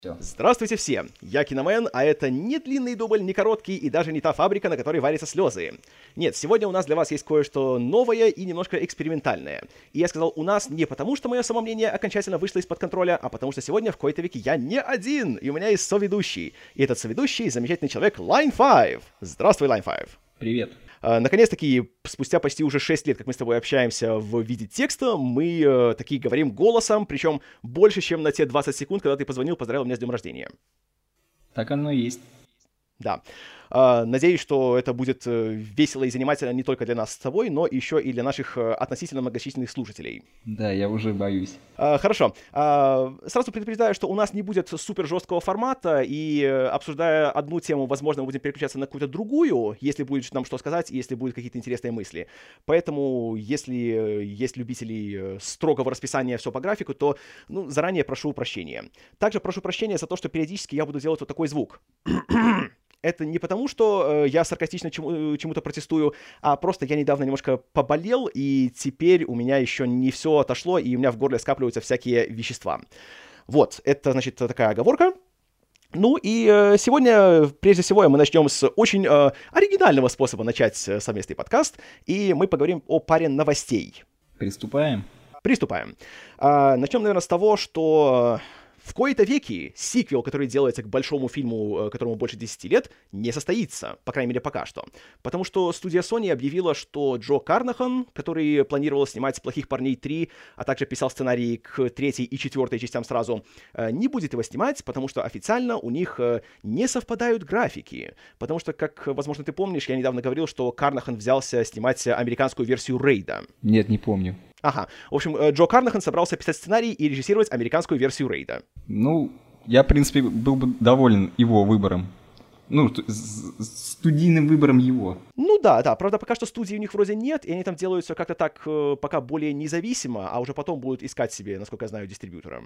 Всё. Здравствуйте все, я Киномен, а это не длинный дубль, не короткий и даже не та фабрика, на которой варятся слезы. Нет, сегодня у нас для вас есть кое-что новое и немножко экспериментальное. И я сказал «у нас» не потому, что мое самомнение окончательно вышло из-под контроля, а потому что сегодня в кои-то веки я не один, и у меня есть соведущий. И этот соведущий — замечательный человек Line 5. Здравствуй, Line 5. Привет. Наконец-таки, спустя почти уже 6 лет, как мы с тобой общаемся в виде текста, мы таки говорим голосом, причем больше, чем на те 20 секунд, когда ты позвонил, поздравил меня с днем рождения. Так оно и есть. Да. Надеюсь, что это будет весело и занимательно не только для нас с тобой, но еще и для наших относительно многочисленных слушателей. Да, я уже боюсь. Хорошо. Сразу предупреждаю, что у нас не будет супер жесткого формата, и обсуждая одну тему, возможно, мы будем переключаться на какую-то другую, если будет нам что сказать, и если будут какие-то интересные мысли. Поэтому, если есть любители строгого расписания все по графику, то заранее прошу прощения. Также прошу прощения за то, что периодически я буду делать вот такой звук. Это не потому, что я саркастично чему-то протестую, а просто я недавно немножко поболел, и теперь у меня еще не все отошло, и у меня в горле скапливаются всякие вещества. Вот, это, значит, такая оговорка. Ну и сегодня, прежде всего, мы начнем с очень оригинального способа начать совместный подкаст, и мы поговорим о паре новостей. Приступаем? Приступаем. Начнем, наверное, с того, что... В кои-то веки сиквел, который делается к большому фильму, которому больше 10 лет, не состоится, по крайней мере, пока что. Потому что студия Sony объявила, что Джо Карнахан, который планировал снимать «Плохих парней 3», а также писал сценарий к 3-й и 4-й частям сразу, не будет его снимать, потому что официально у них не совпадают графики. Потому что, как, возможно, ты помнишь, я недавно говорил, что Карнахан взялся снимать американскую версию Рейда. Нет, не помню. Ага. В общем, Джо Карнахан собрался писать сценарий и режиссировать американскую версию Рейда. Ну, я, в принципе, был бы доволен его выбором. Ну, студийным выбором его. Ну да, правда, пока что студии у них вроде нет, и они там делают все как-то так пока более независимо, а уже потом будут искать себе, насколько я знаю, дистрибьютора.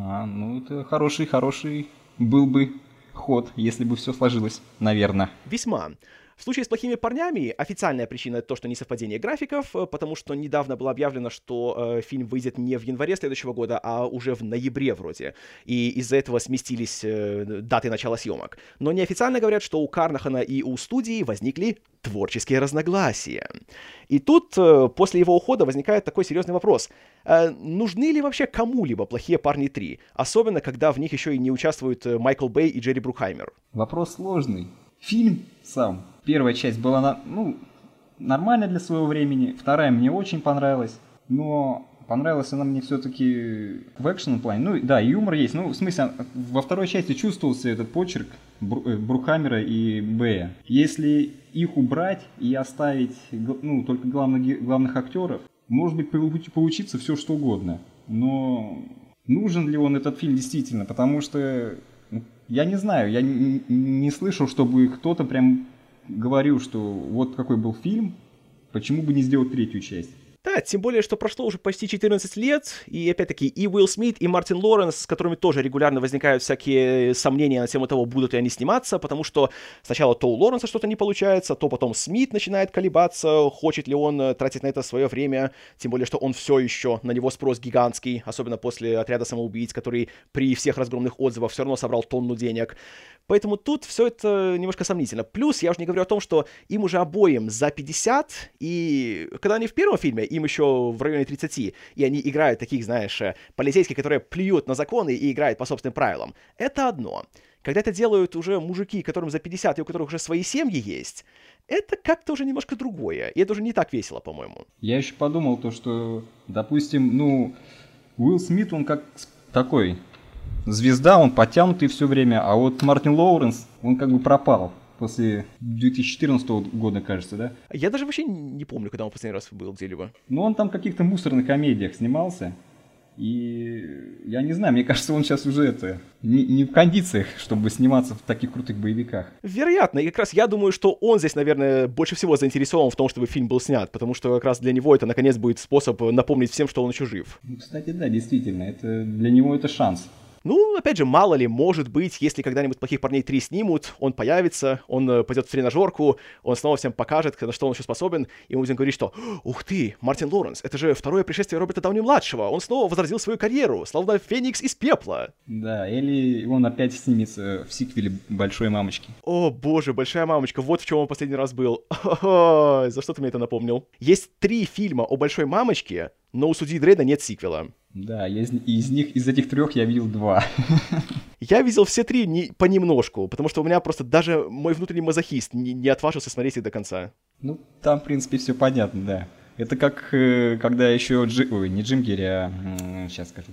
Ну это хороший был бы ход, если бы все сложилось, наверное. Весьма. В случае с «Плохими парнями» официальная причина — это то, что несовпадение графиков, потому что недавно было объявлено, что фильм выйдет не в январе следующего года, а уже в ноябре вроде. И из-за этого сместились даты начала съемок. Но неофициально говорят, что у Карнахана и у студии возникли творческие разногласия. И тут после его ухода возникает такой серьезный вопрос. Нужны ли вообще кому-либо «Плохие парни 3», особенно когда в них еще и не участвуют Майкл Бэй и Джерри Брукхаймер? Вопрос сложный. Фильм сам. Первая часть была, нормальная для своего времени. Вторая мне очень понравилась. Но понравилась она мне все-таки в экшенном плане. Ну, да, юмор есть. Ну, в смысле, во второй части чувствовался этот почерк Брукхаймера и Бэя. Если их убрать и оставить, только главных актеров, может быть, получится все что угодно. Но нужен ли он этот фильм действительно? Потому что... Я не знаю, я не слышал, чтобы кто-то прям говорил, что вот какой был фильм, почему бы не сделать третью часть. Да, тем более, что прошло уже почти 14 лет, и опять-таки и Уилл Смит, и Мартин Лоренс, с которыми тоже регулярно возникают всякие сомнения на тему того, будут ли они сниматься, потому что сначала то у Лоренса что-то не получается, то потом Смит начинает колебаться, хочет ли он тратить на это свое время, тем более, что он все еще, на него спрос гигантский, особенно после «Отряда самоубийц», который при всех разгромных отзывах все равно собрал тонну денег. Поэтому тут все это немножко сомнительно. Плюс я уже не говорю о том, что им уже обоим за 50, и когда они в первом фильме, им еще в районе 30, и они играют таких, знаешь, полицейских, которые плюют на законы и играют по собственным правилам. Это одно. Когда это делают уже мужики, которым за 50, и у которых уже свои семьи есть, это как-то уже немножко другое. И это уже не так весело, по-моему. Я еще подумал то, что, допустим, Уилл Смит, он как такой... Звезда, он подтянутый все время, а вот Мартин Лоуренс, он как бы пропал после 2014 года, кажется, да? Я даже вообще не помню, когда он в последний раз был где-либо. Он там в каких-то мусорных комедиях снимался, и я не знаю, мне кажется, он сейчас уже не в кондициях, чтобы сниматься в таких крутых боевиках. Вероятно, и как раз я думаю, что он здесь, наверное, больше всего заинтересован в том, чтобы фильм был снят, потому что как раз для него это, наконец, будет способ напомнить всем, что он еще жив. Кстати, да, действительно, для него это шанс. Ну, опять же, мало ли, может быть, если когда-нибудь «Плохих парней 3» снимут, он появится, он пойдет в тренажерку, он снова всем покажет, на что он еще способен, и мы будем говорить, что «Ух ты, Мартин Лоренс, это же второе пришествие Роберта Дауни-младшего, он снова возродил свою карьеру, словно Феникс из пепла». Да, или он опять снимется в сиквеле «Большой мамочки». О, боже, «Большая мамочка», вот в чем он последний раз был. Ой, за что ты мне это напомнил? Есть 3 фильма о «Большой мамочке», но у «Судьи Дредда» нет сиквела. Да, из этих 3 я видел 2. Я видел все 3 понемножку, потому что у меня просто даже мой внутренний мазохист не отважился смотреть их до конца. Ну, там, в принципе, все понятно, да. Это как, когда еще Ой, не Джим Керри, сейчас скажу.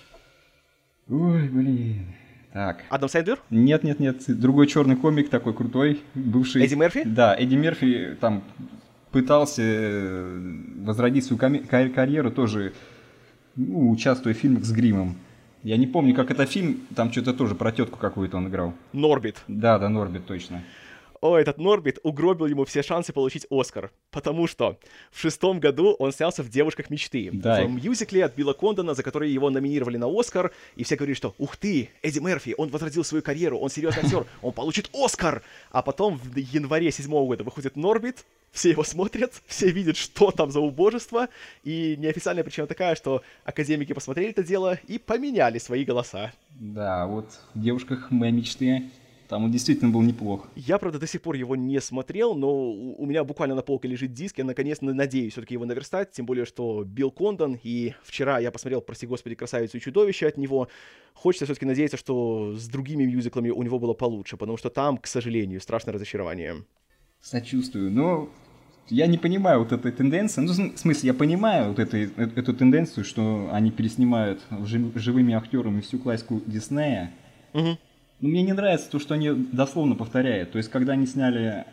Ой, блин. Так. Адам Сэндлер? Нет, другой черный комик такой крутой, бывший... Эдди Мерфи? Да, Эдди Мерфи там пытался возродить свою карьеру тоже, участвуя в фильмах с гримом. Я не помню, как это фильм, там что-то тоже про тетку какую-то он играл. Норбит. Да, Норбит, точно. О, этот Норбит угробил ему все шансы получить Оскар, потому что в 6-м году он снялся в «Девушках мечты», да. в мюзикле от Билла Кондона, за который его номинировали на Оскар, и все говорили, что «Ух ты, Эдди Мерфи, он возродил свою карьеру, он серьезный актер, он получит Оскар!» А потом в январе 7-го года выходит Норбит, все его смотрят, все видят, что там за убожество, и неофициальная причина такая, что академики посмотрели это дело и поменяли свои голоса. Да, вот в «Девушках моей мечты» там он действительно был неплох. Я, правда, до сих пор его не смотрел, но у меня буквально на полке лежит диск, я наконец-то надеюсь все-таки его наверстать, тем более, что Билл Кондон, и вчера я посмотрел, прости господи, «Красавицу и чудовище» от него. Хочется все-таки надеяться, что с другими мюзиклами у него было получше, потому что там, к сожалению, страшное разочарование. Сочувствую, но я не понимаю вот этой тенденции. Ну, в смысле, я понимаю вот эту тенденцию, что они переснимают живыми актерами всю классику Диснея. Угу. Но мне не нравится то, что они дословно повторяют. То есть, когда они сняли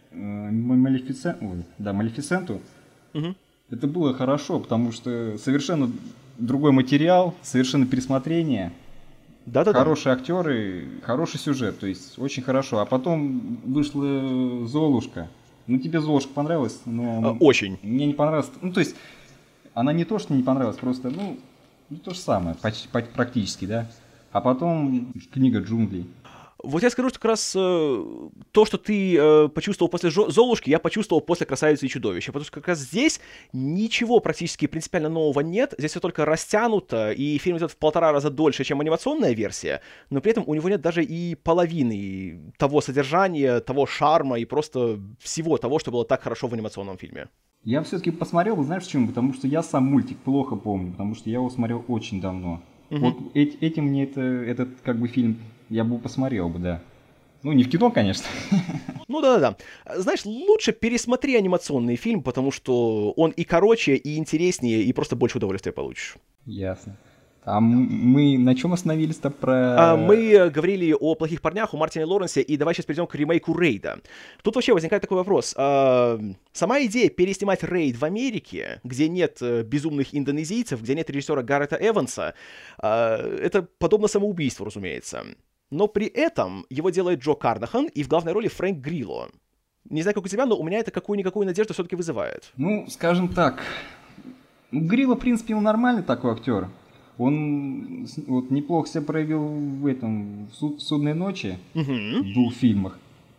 Малефисенту, угу. Это было хорошо, потому что совершенно другой материал, совершенно пересмотрение. Да-да-да. Хорошие актеры, хороший сюжет, то есть очень хорошо. А потом вышла «Золушка». Ну, тебе «Золушка» понравилась? Но очень. Мне не понравилось. Ну, то есть, она не то, что не понравилась, просто, то же самое, практически, да. А потом «Книга джунглей». Вот я скажу, что как раз то, что ты почувствовал после «Золушки», я почувствовал после «Красавицы и чудовища», потому что как раз здесь ничего практически принципиально нового нет, здесь все только растянуто, и фильм идет в 1,5 раза дольше, чем анимационная версия, но при этом у него нет даже и половины того содержания, того шарма и просто всего того, что было так хорошо в анимационном фильме. Я все-таки посмотрел, знаешь почему? Потому что я сам мультик плохо помню, потому что я его смотрел очень давно. Вот этим мне этот как бы фильм я бы посмотрел бы, да. Ну, не в кино, конечно. Ну да-да-да. Знаешь, лучше пересмотри анимационный фильм, потому что он и короче, и интереснее, и просто больше удовольствия получишь. Ясно. А мы на чем остановились-то про... Мы говорили о «Плохих парнях», о Мартине Лоренсе, и давай сейчас перейдем к ремейку «Рейда». Тут вообще возникает такой вопрос. Сама идея переснимать «Рейд» в Америке, где нет безумных индонезийцев, где нет режиссера Гаррета Эванса, это подобно самоубийству, разумеется. Но при этом его делает Джо Карнахан и в главной роли Фрэнк Грилло. Не знаю, как у тебя, но у меня это какую-никакую надежду все-таки вызывает. Ну, скажем так, Грилло, в принципе, он нормальный такой актер. Он вот неплохо себя проявил в «Судной ночи», в 2 фильмах.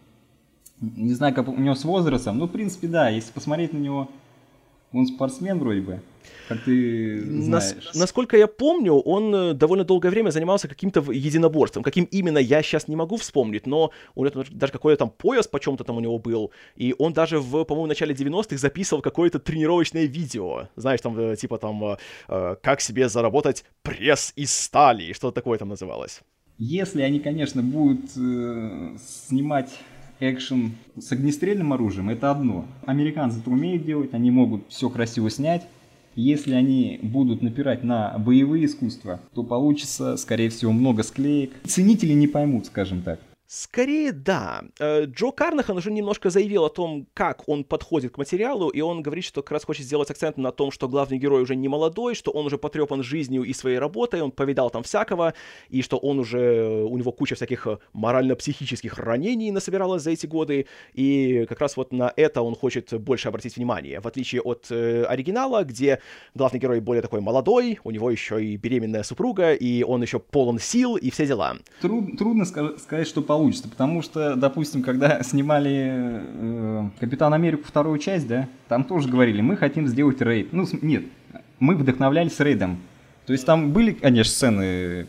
Не знаю, как у него с возрастом, но, в принципе, да, если посмотреть на него, он спортсмен вроде бы, как ты знаешь. Насколько я помню, он довольно долгое время занимался каким-то единоборством. Каким именно, я сейчас не могу вспомнить, но у него даже какой-то там пояс почем-то там у него был, и он даже по-моему, в начале 90-х записывал какое-то тренировочное видео. Знаешь, там типа там «Как себе заработать пресс из стали», что-то такое там называлось. Если они, конечно, будут снимать экшен с огнестрельным оружием, это одно. Американцы это умеют делать, они могут все красиво снять. Если они будут напирать на боевые искусства, то получится, скорее всего, много склеек. Ценители не поймут, скажем так. Скорее, да. Джо Карнахан уже немножко заявил о том, как он подходит к материалу, и он говорит, что как раз хочет сделать акцент на том, что главный герой уже не молодой, что он уже потрепан жизнью и своей работой, он повидал там всякого, и что он уже, у него куча всяких морально-психических ранений насобиралось за эти годы, и как раз вот на это он хочет больше обратить внимание, в отличие от оригинала, где главный герой более такой молодой, у него еще и беременная супруга, и он еще полон сил, и все дела. Трудно сказать, что получится, потому что, допустим, когда снимали Капитан Америку вторую часть, да, там тоже говорили, мы хотим сделать рейд. Ну, нет, мы вдохновлялись рейдом. То есть там были, конечно, сцены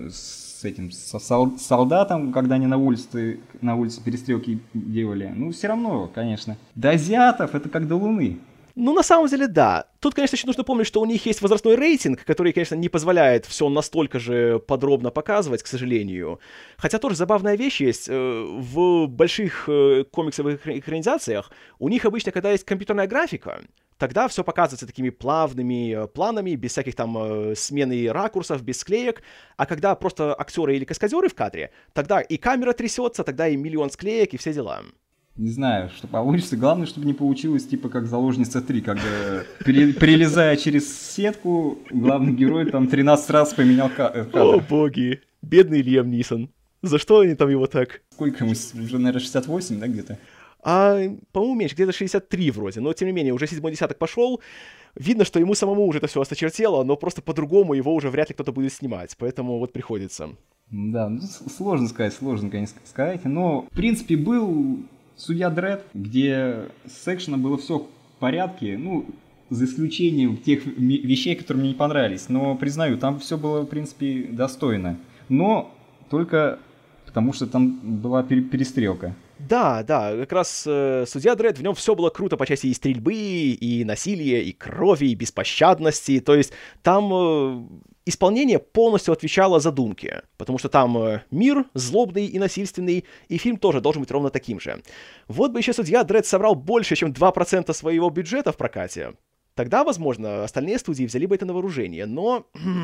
с этим солдатом, когда они на улице перестрелки делали. Ну, все равно, конечно. До азиатов это как до Луны. Ну, на самом деле, да. Тут, конечно, еще нужно помнить, что у них есть возрастной рейтинг, который, конечно, не позволяет все настолько же подробно показывать, к сожалению. Хотя тоже забавная вещь есть. В больших комиксовых экранизациях у них обычно, когда есть компьютерная графика, тогда все показывается такими плавными планами, без всяких там смены ракурсов, без склеек. А когда просто актеры или каскадеры в кадре, тогда и камера трясется, тогда и миллион склеек, и все дела. Не знаю, что получится. Главное, чтобы не получилось, типа, как «Заложница 3», когда, перелезая через сетку, главный герой там 13 раз поменял кадр. О, боги! Бедный Лиам Нисон. За что они там его так? Сколько ему? Уже, наверное, 68, да, где-то? По-моему, меньше, где-то 63 вроде. Но, тем не менее, уже 7-й десяток пошел. Видно, что ему самому уже это все осточертело, но просто по-другому его уже вряд ли кто-то будет снимать. Поэтому вот приходится. Да, ну, сложно сказать, конечно, сказать. Но, в принципе, был... Судья Дред, где с экшеном было все в порядке, ну, за исключением тех вещей, которые мне не понравились. Но, признаю, там все было, в принципе, достойно. Но только потому, что там была перестрелка. Да, как раз Судья Дред, в нем все было круто по части и стрельбы, и насилия, и крови, и беспощадности. То есть там исполнение полностью отвечало задумке, потому что там мир злобный и насильственный, и фильм тоже должен быть ровно таким же. Вот бы еще Судья Дред собрал больше, чем 2% своего бюджета в прокате. Тогда, возможно, остальные студии взяли бы это на вооружение, но,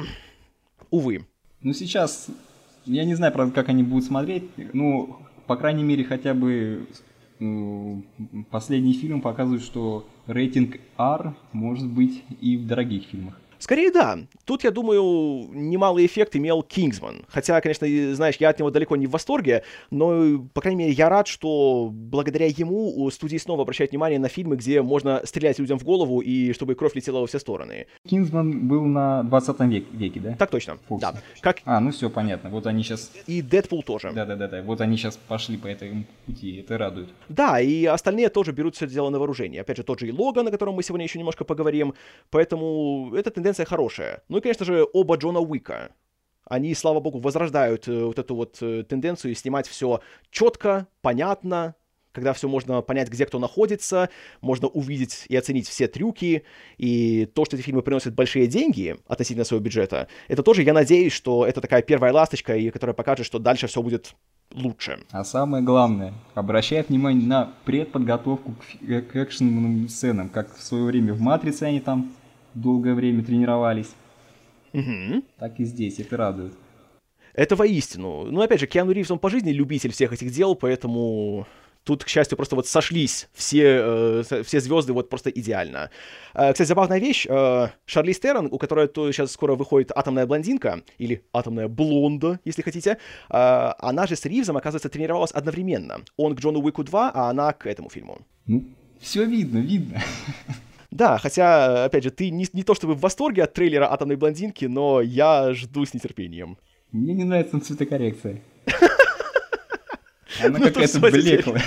увы. Ну, сейчас, я не знаю, правда, как они будут смотреть, ну, по крайней мере, хотя бы последний фильм показывает, что рейтинг R может быть и в дорогих фильмах. Скорее, да. Тут, я думаю, немалый эффект имел «Кингсман». Хотя, конечно, знаешь, я от него далеко не в восторге, но, по крайней мере, я рад, что благодаря ему студии снова обращают внимание на фильмы, где можно стрелять людям в голову и чтобы кровь летела во все стороны. «Кингсман» был на 20 веке, да? Так точно, Фоксе. да. Ну все понятно. Вот они сейчас... И «Дэдпул» тоже. Да. Вот они сейчас пошли по этому пути, это радует. Да, и остальные тоже берут все это дело на вооружение. Опять же, тот же и «Логан», о котором мы сегодня еще немножко поговорим. Поэтому эта тенденция хорошая. Ну и, конечно же, оба Джона Уика. Они, слава богу, возрождают вот эту вот тенденцию снимать все четко, понятно, когда все можно понять, где кто находится, можно увидеть и оценить все трюки, и то, что эти фильмы приносят большие деньги относительно своего бюджета, это тоже, я надеюсь, что это такая первая ласточка, и которая покажет, что дальше все будет лучше. А самое главное, обращает внимание на предподготовку к экшенным сценам, как в свое время в «Матрице» они там долгое время тренировались. Так и здесь, это радует. Это воистину. Ну, опять же, Киану Ривз, он по жизни любитель всех этих дел, поэтому тут, к счастью, просто вот сошлись все звезды вот просто идеально. Кстати, забавная вещь. Шарлиз Терон, у которой сейчас скоро выходит «Атомная блондинка», или «Атомная блонда», если хотите, она же с Ривзом, оказывается, тренировалась одновременно. Он к Джону Уику 2, а она к этому фильму. Ну, все видно. Да, хотя, опять же, ты не то чтобы в восторге от трейлера «Атомной блондинки», но я жду с нетерпением. Мне не нравится цветокоррекция. Она какая-то блеклая.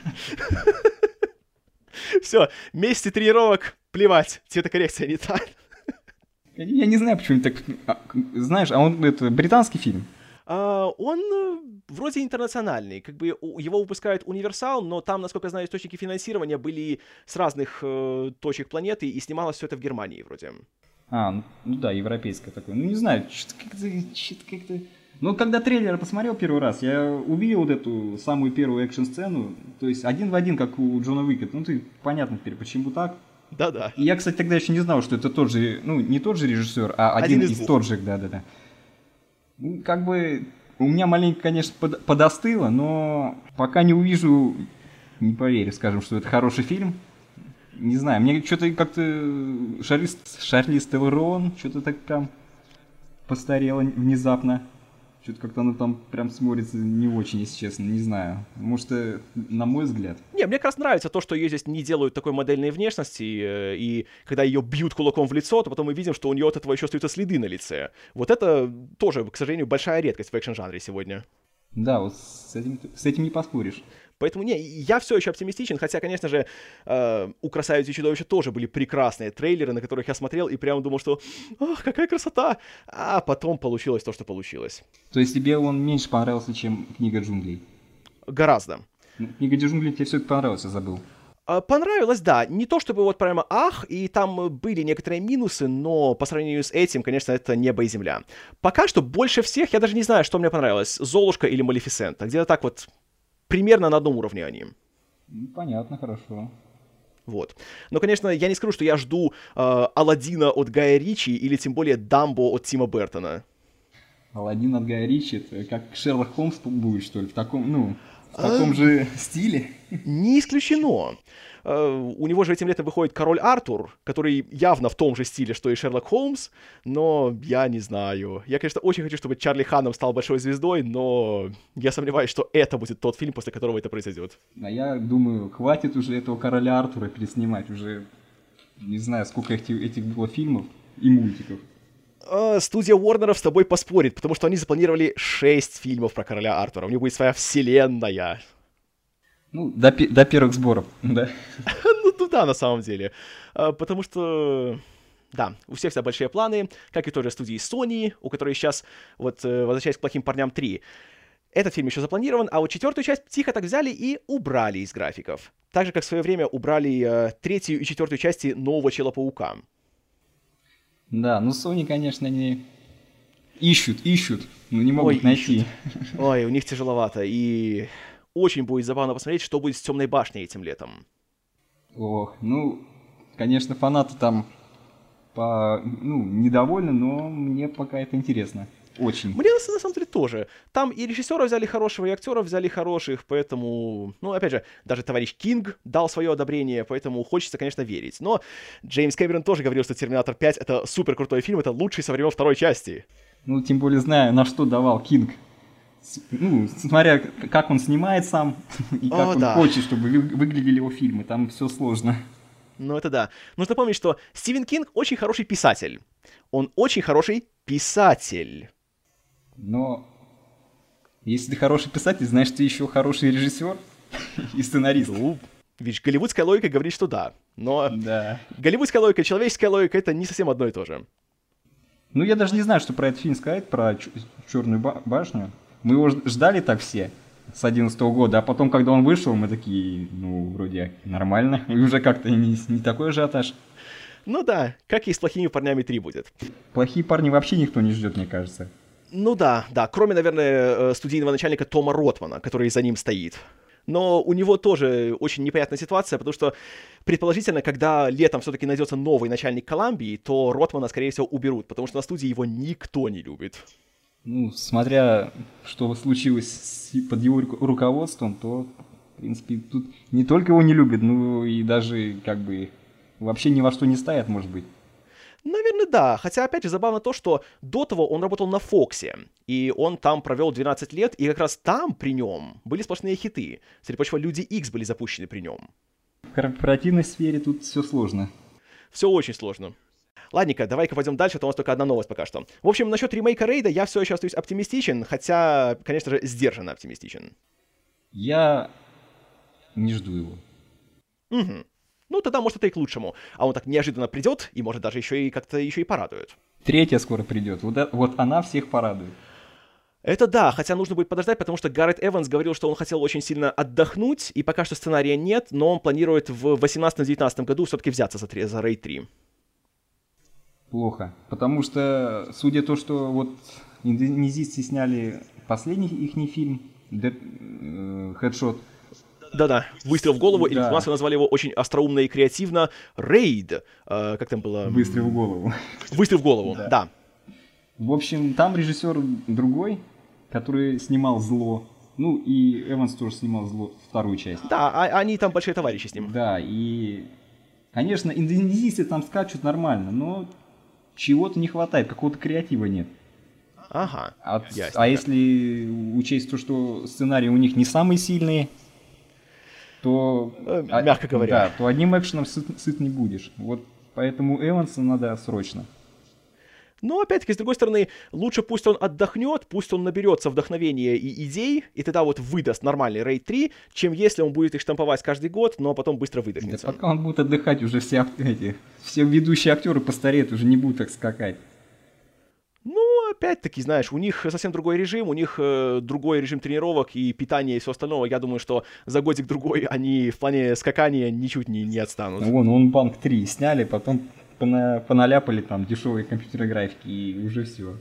Все, месяцы тренировок, плевать, цветокоррекция не та. Я не знаю, почему так... Знаешь, это британский фильм? Он вроде интернациональный, как бы его выпускает Универсал, но там, насколько я знаю, источники финансирования были с разных точек планеты, и снималось все это в Германии вроде. Ну да, европейское такое. Ну не знаю, что-то как-то... Ну, когда трейлер посмотрел первый раз, я увидел вот эту самую первую экшн-сцену, то есть один в один, как у Джона Уика. Ну, понятно теперь, почему так. Да-да. И я, кстати, тогда еще не знал, что это тот же, ну, не тот же режиссер, а один из тот же, да. Ну, как бы, У меня маленько, конечно, подостыло, но пока не увижу, не поверю, скажем, что это хороший фильм. Не знаю, мне что-то как-то Шарлиз Терон что-то так прям постарела внезапно. Что-то как-то оно там прям смотрится не очень, если честно, не знаю. Может, на мой взгляд. Не, мне как раз нравится то, что ее здесь не делают такой модельной внешности, и когда ее бьют кулаком в лицо, то потом мы видим, что у нее от этого еще остаются следы на лице. Вот это тоже, к сожалению, большая редкость в экшн-жанре сегодня. Да, вот с этим не поспоришь. Поэтому, не, я все еще оптимистичен, хотя, конечно же, у «Красавицы и чудовища» тоже были прекрасные трейлеры, на которых я смотрел и прямо думал, что «Ах, какая красота!» А потом получилось то, что получилось. То есть тебе он меньше понравился, чем «Книга джунглей»? Гораздо. «Книга джунглей» тебе все-таки понравилась, я забыл. Понравилось, да. Не то чтобы вот прямо ах, и там были некоторые минусы, но по сравнению с этим, конечно, это небо и земля. Пока что больше всех, я даже не знаю, что мне понравилось, «Золушка» или «Малефисента». Где-то так вот примерно на одном уровне они. Понятно, хорошо. Вот. Но, конечно, я не скажу, что я жду «Аладдина» от Гая Ричи или тем более «Дамбо» от Тима Бертона. «Аладдин» от Гая Ричи, это как Шерлок Холмс будет, что ли? В таком же стиле? Не исключено. У него же этим летом выходит «Король Артур», который явно в том же стиле, что и Шерлок Холмс, но я не знаю. Я, конечно, очень хочу, чтобы Чарли Ханнам стал большой звездой, но я сомневаюсь, что это будет тот фильм, после которого это произойдет. А я думаю, хватит уже этого «Короля Артура» переснимать. Уже не знаю, сколько этих было фильмов и мультиков. Студия Уорнеров с тобой поспорит, потому что они запланировали 6 фильмов про «Короля Артура». У них будет своя вселенная. Ну, до первых сборов, да. Ну да, на самом деле. Потому что, да, у всех всегда большие планы, как и той же студии Sony, у которой сейчас, вот, возвращаясь к «Плохим парням 3», этот фильм еще запланирован, а вот 4-ю часть тихо так взяли и убрали из графиков. Так же, как в свое время убрали 3-ю и 4-ю части «Нового Человека-паука». Да, ну Sony, конечно, они ищут, но не могут найти. Ой, у них тяжеловато, и очень будет забавно посмотреть, что будет с «Темной башней» этим летом. Ох, ну, конечно, фанаты там недовольны, но мне пока это интересно. Очень. Мне на самом деле тоже. Там и режиссера взяли хорошего, и актеров взяли хороших, поэтому, ну, опять же, даже товарищ Кинг дал свое одобрение, поэтому хочется, конечно, верить. Но Джеймс Кэмерон тоже говорил, что «Терминатор 5» — это супер крутой фильм, это лучший со времен второй части. Ну, тем более знаю, на что давал Кинг. Ну, смотря как он снимает сам, и как он хочет, чтобы выглядели его фильмы, там все сложно. Ну, это да. Нужно помнить, что Стивен Кинг очень хороший писатель. Он очень хороший писатель. Но если ты хороший писатель, значит, ты еще хороший режиссер и сценарист. Ну, видишь, голливудская логика говорит, что да. Но да. Голливудская логика и человеческая логика — это не совсем одно и то же. Ну, я даже не знаю, что про этот фильм сказать, про «Черную башню». Мы его ждали так все с 2011 года, а потом, когда он вышел, мы такие, ну, вроде нормально. И уже как-то не такой ажиотаж. Ну да, как и с «Плохими парнями 3» будет. «Плохие парни» вообще никто не ждет, мне кажется. Ну да, кроме, наверное, студийного начальника Тома Ротмана, который за ним стоит. Но у него тоже очень неприятная ситуация, потому что, предположительно, когда летом все-таки найдется новый начальник Коламбии, то Ротмана, скорее всего, уберут, потому что на студии его никто не любит. Ну, смотря что случилось под его руководством, то, в принципе, тут не только его не любят, но и даже, как бы, вообще ни во что не ставят, может быть. Наверное, да. Хотя, опять же, забавно то, что до того он работал на Фоксе, и он там провел 12 лет, и как раз там при нем были сплошные хиты. Среди прочего, «Люди Икс» были запущены при нем. В корпоративной сфере тут все сложно. Все очень сложно. Ладненько, давай-ка пойдем дальше, то у нас только одна новость пока что. В общем, насчет ремейка Рейда я все еще остаюсь оптимистичен, хотя, конечно же, сдержанно оптимистичен. Я не жду его. Угу. Ну, тогда, может, это и к лучшему. А он так неожиданно придет, и, может, даже еще и как-то еще и порадует. 3 скоро придет. Вот она всех порадует. Это да, хотя нужно будет подождать, потому что Гаррет Эванс говорил, что он хотел очень сильно отдохнуть, и пока что сценария нет, но он планирует в 2018-2019 году все-таки взяться за Raid 3. Плохо. Потому что, судя то, что вот индонезийцы сняли последний ихний фильм, Headshot. Да-да, «Выстрел в голову», да. Или у нас назвали его очень остроумно и креативно «Рейд». Как там было? «Выстрел в голову». «Выстрел в голову», да. В общем, там режиссер другой, который снимал «Зло». Ну, и Эванс тоже снимал «Зло», вторую часть. Да, они там большие товарищи с ним. Да, и, конечно, индонезийцы там скачут нормально, но чего-то не хватает, какого-то креатива нет. Ага, а если учесть то, что сценарии у них не самые сильные, то... мягко говоря. Да, то одним экшеном сыт не будешь. Вот поэтому Эванса надо срочно. Но, опять-таки, с другой стороны, лучше пусть он отдохнет, пусть он наберется вдохновения и идей, и тогда вот выдаст нормальный Рейд 3, чем если он будет их штамповать каждый год, но потом быстро выдохнется. Да пока он будет отдыхать, уже все ведущие актеры постареют, уже не будут так скакать. Ну, опять-таки, знаешь, у них совсем другой режим, у них другой режим тренировок и питания и всего остального. Я думаю, что за годик-другой они в плане скакания ничуть не отстанут. Вон, Банк 3 сняли, потом поналяпали там дешевые компьютерные графики, и уже все.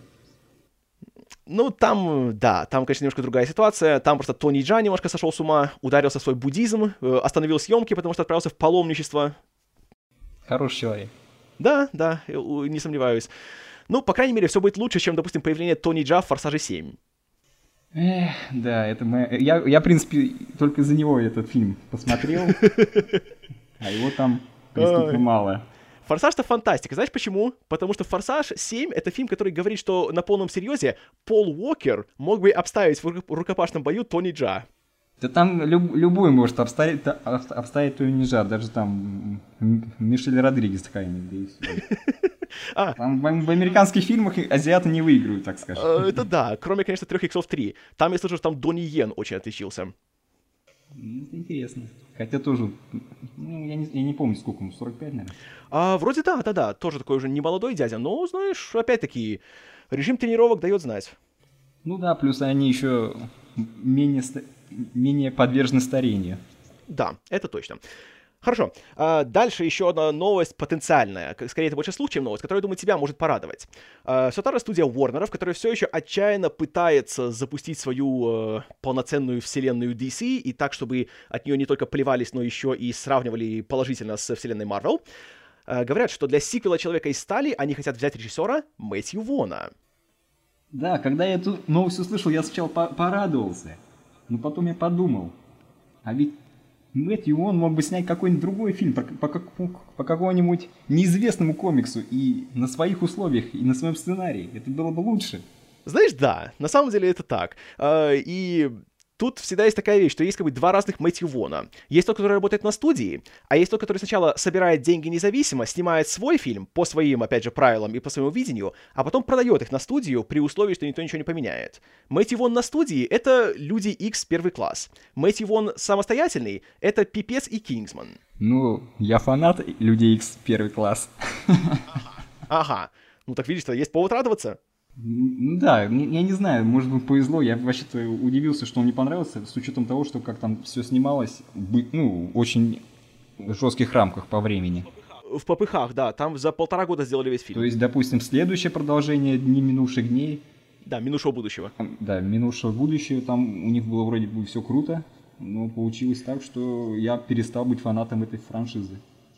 Ну, там, да, там, конечно, немножко другая ситуация. Там просто Тони Джа немножко сошел с ума, ударился в свой буддизм, остановил съемки, потому что отправился в паломничество. Хороший человек. Да, не сомневаюсь. Ну, по крайней мере, все будет лучше, чем, допустим, появление Тони Джа в «Форсаже 7». Да, это я, в принципе, только из-за него этот фильм посмотрел, а его там преступно мало. «Форсаж»-то фантастика. Знаешь почему? Потому что «Форсаж 7» — это фильм, который говорит, что на полном серьезе Пол Уокер мог бы обставить в рукопашном бою Тони Джа. Да там любой может обставить Тони Джа, даже там Мишель Родригес какая-нибудь. Там в американских фильмах азиаты не выигрывают, так скажем. Это да, кроме, конечно, 3 иксов 3. Там, я слышу, что там Донни Йен очень отличился. Это интересно. Хотя тоже, я не помню, сколько ему, 45, наверное? Вроде да, тоже такой уже немолодой дядя, но, знаешь, опять-таки, режим тренировок дает знать. Ну да, плюс они еще менее подвержены старению. Да, это точно. Хорошо. Дальше еще одна новость потенциальная. Скорее, это больше слух, чем новость, которая, думаю, тебя может порадовать. Все та же студия Уорнеров, которая все еще отчаянно пытается запустить свою полноценную вселенную DC, и так, чтобы от нее не только плевались, но еще и сравнивали положительно с вселенной Marvel, говорят, что для сиквела «Человека из стали» они хотят взять режиссера Мэтью Вона. Да, когда я эту новость услышал, я сначала порадовался, но потом я подумал, а ведь Мэтью Вон мог бы снять какой-нибудь другой фильм по какому-нибудь неизвестному комиксу и на своих условиях, и на своем сценарии. Это было бы лучше. Знаешь, да, на самом деле это так. И тут всегда есть такая вещь, что есть как бы два разных Мэтью Вона. Есть тот, который работает на студии, а есть тот, который сначала собирает деньги независимо, снимает свой фильм по своим, опять же, правилам и по своему видению, а потом продает их на студию при условии, что никто ничего не поменяет. Мэтью Вон на студии — это Люди Икс первый класс. Мэтью Вон самостоятельный — это Пипец и Кингсман. Ну, я фанат Люди Икс первый класс. Ага. Ну так видишь, что есть повод радоваться. Ну да, я не знаю, может быть повезло, я вообще-то удивился, что он не понравился, с учетом того, что как там все снималось, ну, очень в жестких рамках по времени. В попыхах, да, там за 1,5 года сделали весь фильм. То есть, допустим, следующее продолжение «Дни минувших дней». Да, «Минувшего будущего». Да, «Минувшего будущего», там у них было вроде бы все круто, но получилось так, что я перестал быть фанатом этой франшизы.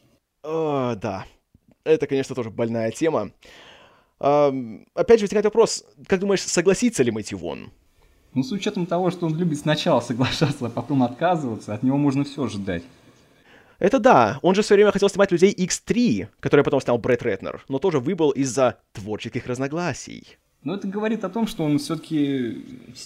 Да, это, конечно, тоже больная тема. Опять же, возникает вопрос, как думаешь, согласится ли Мэтью Вон? Ну, с учетом того, что он любит сначала соглашаться, а потом отказываться, от него можно все ожидать. Это да, он же все время хотел снимать «Людей X3», которые потом снял Брэд Рэтнер, но тоже выбыл из-за творческих разногласий. Но это говорит о том, что он все-таки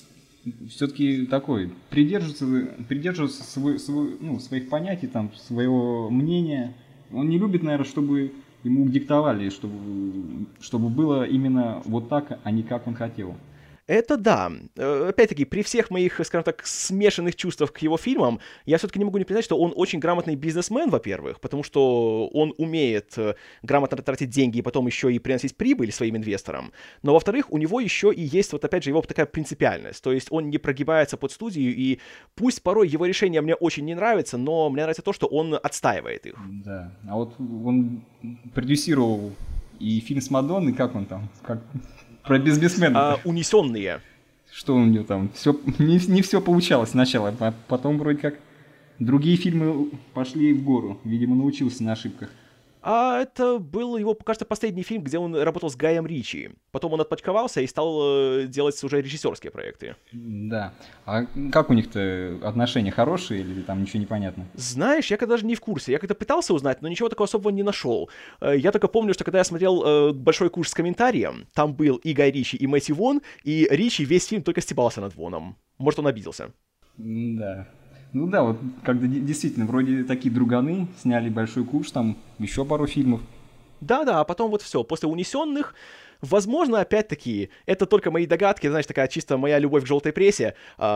такой, придерживается своих понятий, там, своего мнения. Он не любит, наверное, чтобы ему диктовали, чтобы было именно вот так, а не как он хотел. Это да. Опять-таки, при всех моих, скажем так, смешанных чувствах к его фильмам, я все-таки не могу не признать, что он очень грамотный бизнесмен, во-первых, потому что он умеет грамотно тратить деньги и потом еще и приносить прибыль своим инвесторам. Но, во-вторых, у него еще и есть, вот опять же, его такая принципиальность. То есть он не прогибается под студию, и пусть порой его решения мне очень не нравятся, но мне нравится то, что он отстаивает их. Да, а вот он продюсировал и фильм с Мадонной, как он там, про бизнесмена. «Унесенные». Что у него там? Не все получалось сначала, а потом вроде как другие фильмы пошли в гору. Видимо, научился на ошибках. А это был его, кажется, последний фильм, где он работал с Гаем Ричи. Потом он отпочковался и стал делать уже режиссерские проекты. Да. А как у них-то отношения хорошие или там ничего не понятно? Знаешь, я когда даже не в курсе. Я когда пытался узнать, но ничего такого особого не нашел. Я только помню, что когда я смотрел «Большой куш» с комментарием, там был и Гай Ричи, и Мэтью Вон, и Ричи весь фильм только стебался над Воном. Может, он обиделся. Да. Ну да, вот когда действительно вроде такие друганы, сняли «Большой куш», там еще пару фильмов. Да-да, а потом вот все, после «Унесенных», возможно, опять-таки, это только мои догадки, знаешь, такая чисто моя любовь к желтой прессе,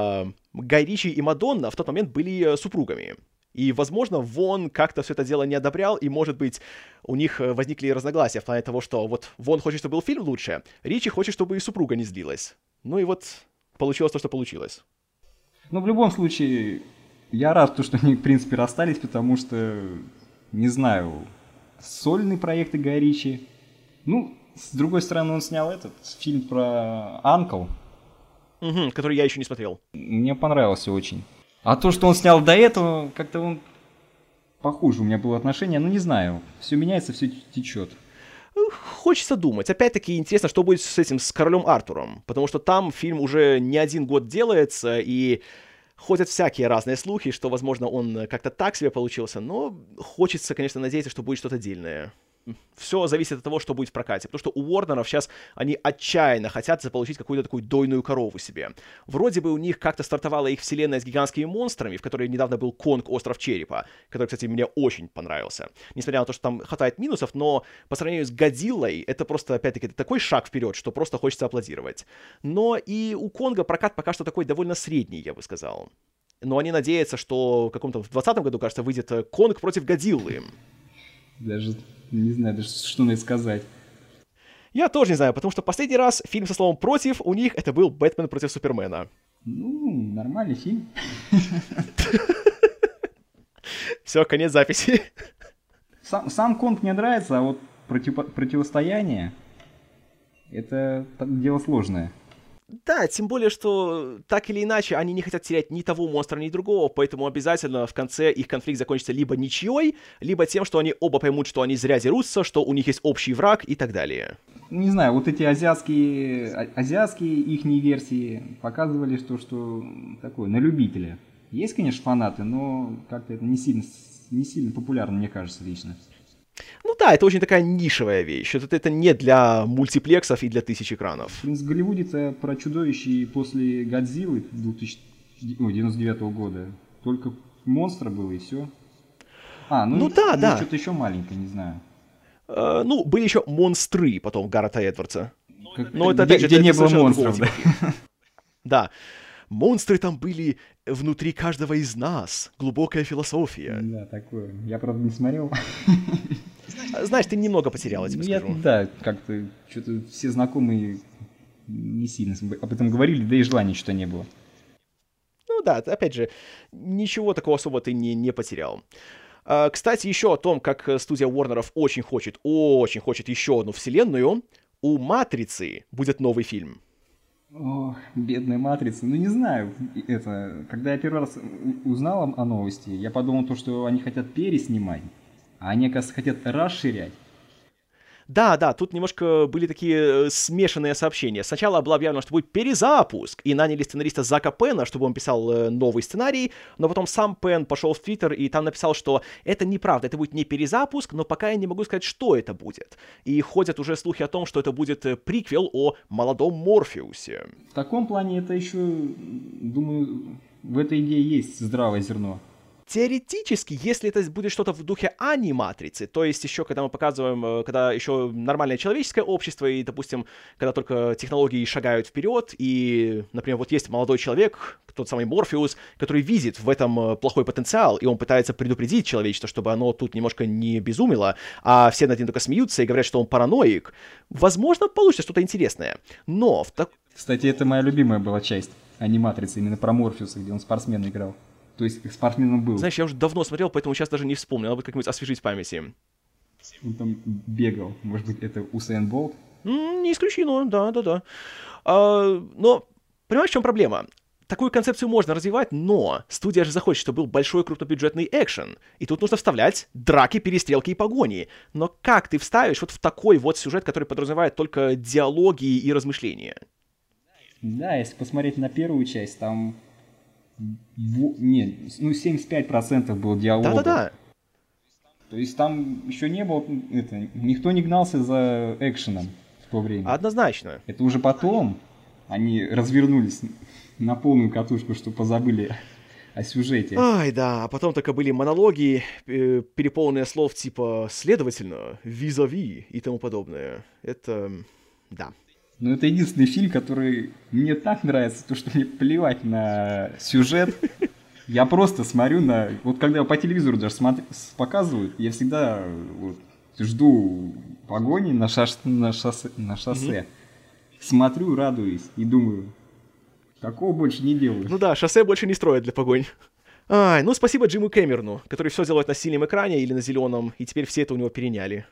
Гай Ричи и Мадонна в тот момент были супругами. И, возможно, Вон как-то все это дело не одобрял, и, может быть, у них возникли разногласия в плане того, что вот Вон хочет, чтобы был фильм лучше, Ричи хочет, чтобы и супруга не злилась. Ну и вот получилось то, что получилось. Но в любом случае, я рад, что они, в принципе, расстались, потому что, не знаю, сольные проекты Гая Ричи. Ну, с другой стороны, он снял этот фильм про Анкл. Угу, который я еще не смотрел. Мне понравился очень. А то, что он снял до этого, как-то он похуже у меня было отношение. Ну, не знаю, все меняется, все течет. Хочется думать. Опять-таки, интересно, что будет с этим, с Королем Артуром. Потому что там фильм уже не один год делается, и ходят всякие разные слухи, что, возможно, он как-то так себе получился, но хочется, конечно, надеяться, что будет что-то дельное. Все зависит от того, что будет в прокате. Потому что у Уорнеров сейчас они отчаянно хотят заполучить какую-то такую дойную корову себе. Вроде бы у них как-то стартовала их вселенная с гигантскими монстрами, в которой недавно был Конг Остров Черепа, который, кстати, мне очень понравился. Несмотря на то, что там хватает минусов, но по сравнению с Годзиллой, это просто, опять-таки, это такой шаг вперед, что просто хочется аплодировать. Но и у Конга прокат пока что такой довольно средний, я бы сказал. Но они надеются, что в каком-то в 2020 году, кажется, выйдет Конг против Годзиллы. Даже не знаю, даже что на это сказать. Я тоже не знаю, потому что последний раз фильм со словом «против» у них это был «Бэтмен против Супермена». Ну, нормальный фильм. Все, конец записи. Сам Конг мне нравится, а вот противостояние — это дело сложное. Да, тем более, что так или иначе они не хотят терять ни того монстра, ни другого, поэтому обязательно в конце их конфликт закончится либо ничьей, либо тем, что они оба поймут, что они зря дерутся, что у них есть общий враг и так далее. Не знаю, вот эти азиатские ихние версии показывали, что такое, на любителя. Есть, конечно, фанаты, но как-то это не сильно популярно, мне кажется, лично. Ну да, это очень такая нишевая вещь. Это не для мультиплексов и для тысяч экранов. В принципе, в Голливуде-то про чудовища после Годзиллы 1999 года только монстра было и все. Ну да. Что-то еще маленькое, не знаю. Были еще монстры потом Гаррета Эдвардса. Но это опять же, где не было монстров. Да. Монстры там были внутри каждого из нас. Глубокая философия. Да, такое. Я, правда, не смотрел. Знаешь, ты немного потерял, я тебе скажу. Да, как-то что-то все знакомые не сильно об этом говорили, да и желания что-то не было. Ну да, опять же, ничего такого особо ты не потерял. Кстати, еще о том, как студия Уорнеров очень хочет еще одну вселенную. У «Матрицы» будет новый фильм. Ох, бедная «Матрица». Ну, не знаю, когда я первый раз узнал о новости, я подумал, что они хотят переснимать, а они, оказывается, хотят расширять. Да, тут немножко были такие смешанные сообщения. Сначала было объявлено, что будет перезапуск, и наняли сценариста Зака Пена, чтобы он писал новый сценарий, но потом сам Пен пошел в Твиттер и там написал, что это неправда, это будет не перезапуск, но пока я не могу сказать, что это будет. И ходят уже слухи о том, что это будет приквел о молодом Морфеусе. В таком плане это еще, думаю, в этой идее есть здравое зерно. Теоретически, если это будет что-то в духе аниматрицы, то есть еще когда мы показываем, когда еще нормальное человеческое общество, и, допустим, когда только технологии шагают вперед, и, например, вот есть молодой человек, тот самый Морфеус, который видит в этом плохой потенциал, и он пытается предупредить человечество, чтобы оно тут немножко не безумило, а все над ним только смеются и говорят, что он параноик, возможно, получится что-то интересное. Но Кстати, это моя любимая была часть аниматрицы, именно про Морфеуса, где он спортсмена играл. То есть спортсменом был. Знаешь, я уже давно смотрел, поэтому сейчас даже не вспомню. Надо будет как-нибудь освежить в памяти. Он там бегал. Может быть, это Усейн Болт? Не исключено, да. Но, понимаешь, в чем проблема? такую концепцию можно развивать, но студия же захочет, чтобы был большой крупнобюджетный экшен. И тут нужно вставлять драки, перестрелки и погони. Но как ты вставишь вот в такой вот сюжет, который подразумевает только диалоги и размышления? Да, если посмотреть на первую часть, там... Нет, 75% было диалога. Да-да-да. То есть там еще не было... никто не гнался за экшеном в то время. Однозначно. Это уже потом они развернулись на полную катушку, что позабыли о сюжете. Ай, да, а потом только были монологи, переполненные слов типа «следовательно», «визави» и тому подобное. Это... да. Но это единственный фильм, который мне так нравится, то что мне плевать на сюжет. Я просто смотрю на... Вот когда по телевизору даже показывают, я всегда вот, жду погони на шоссе. Смотрю, радуюсь и думаю, такого больше не делаю. Ну да, шоссе больше не строят для погонь. Ай, ну спасибо Джиму Кэмерону, который все делает на синем экране или на зеленом, и теперь все это у него переняли.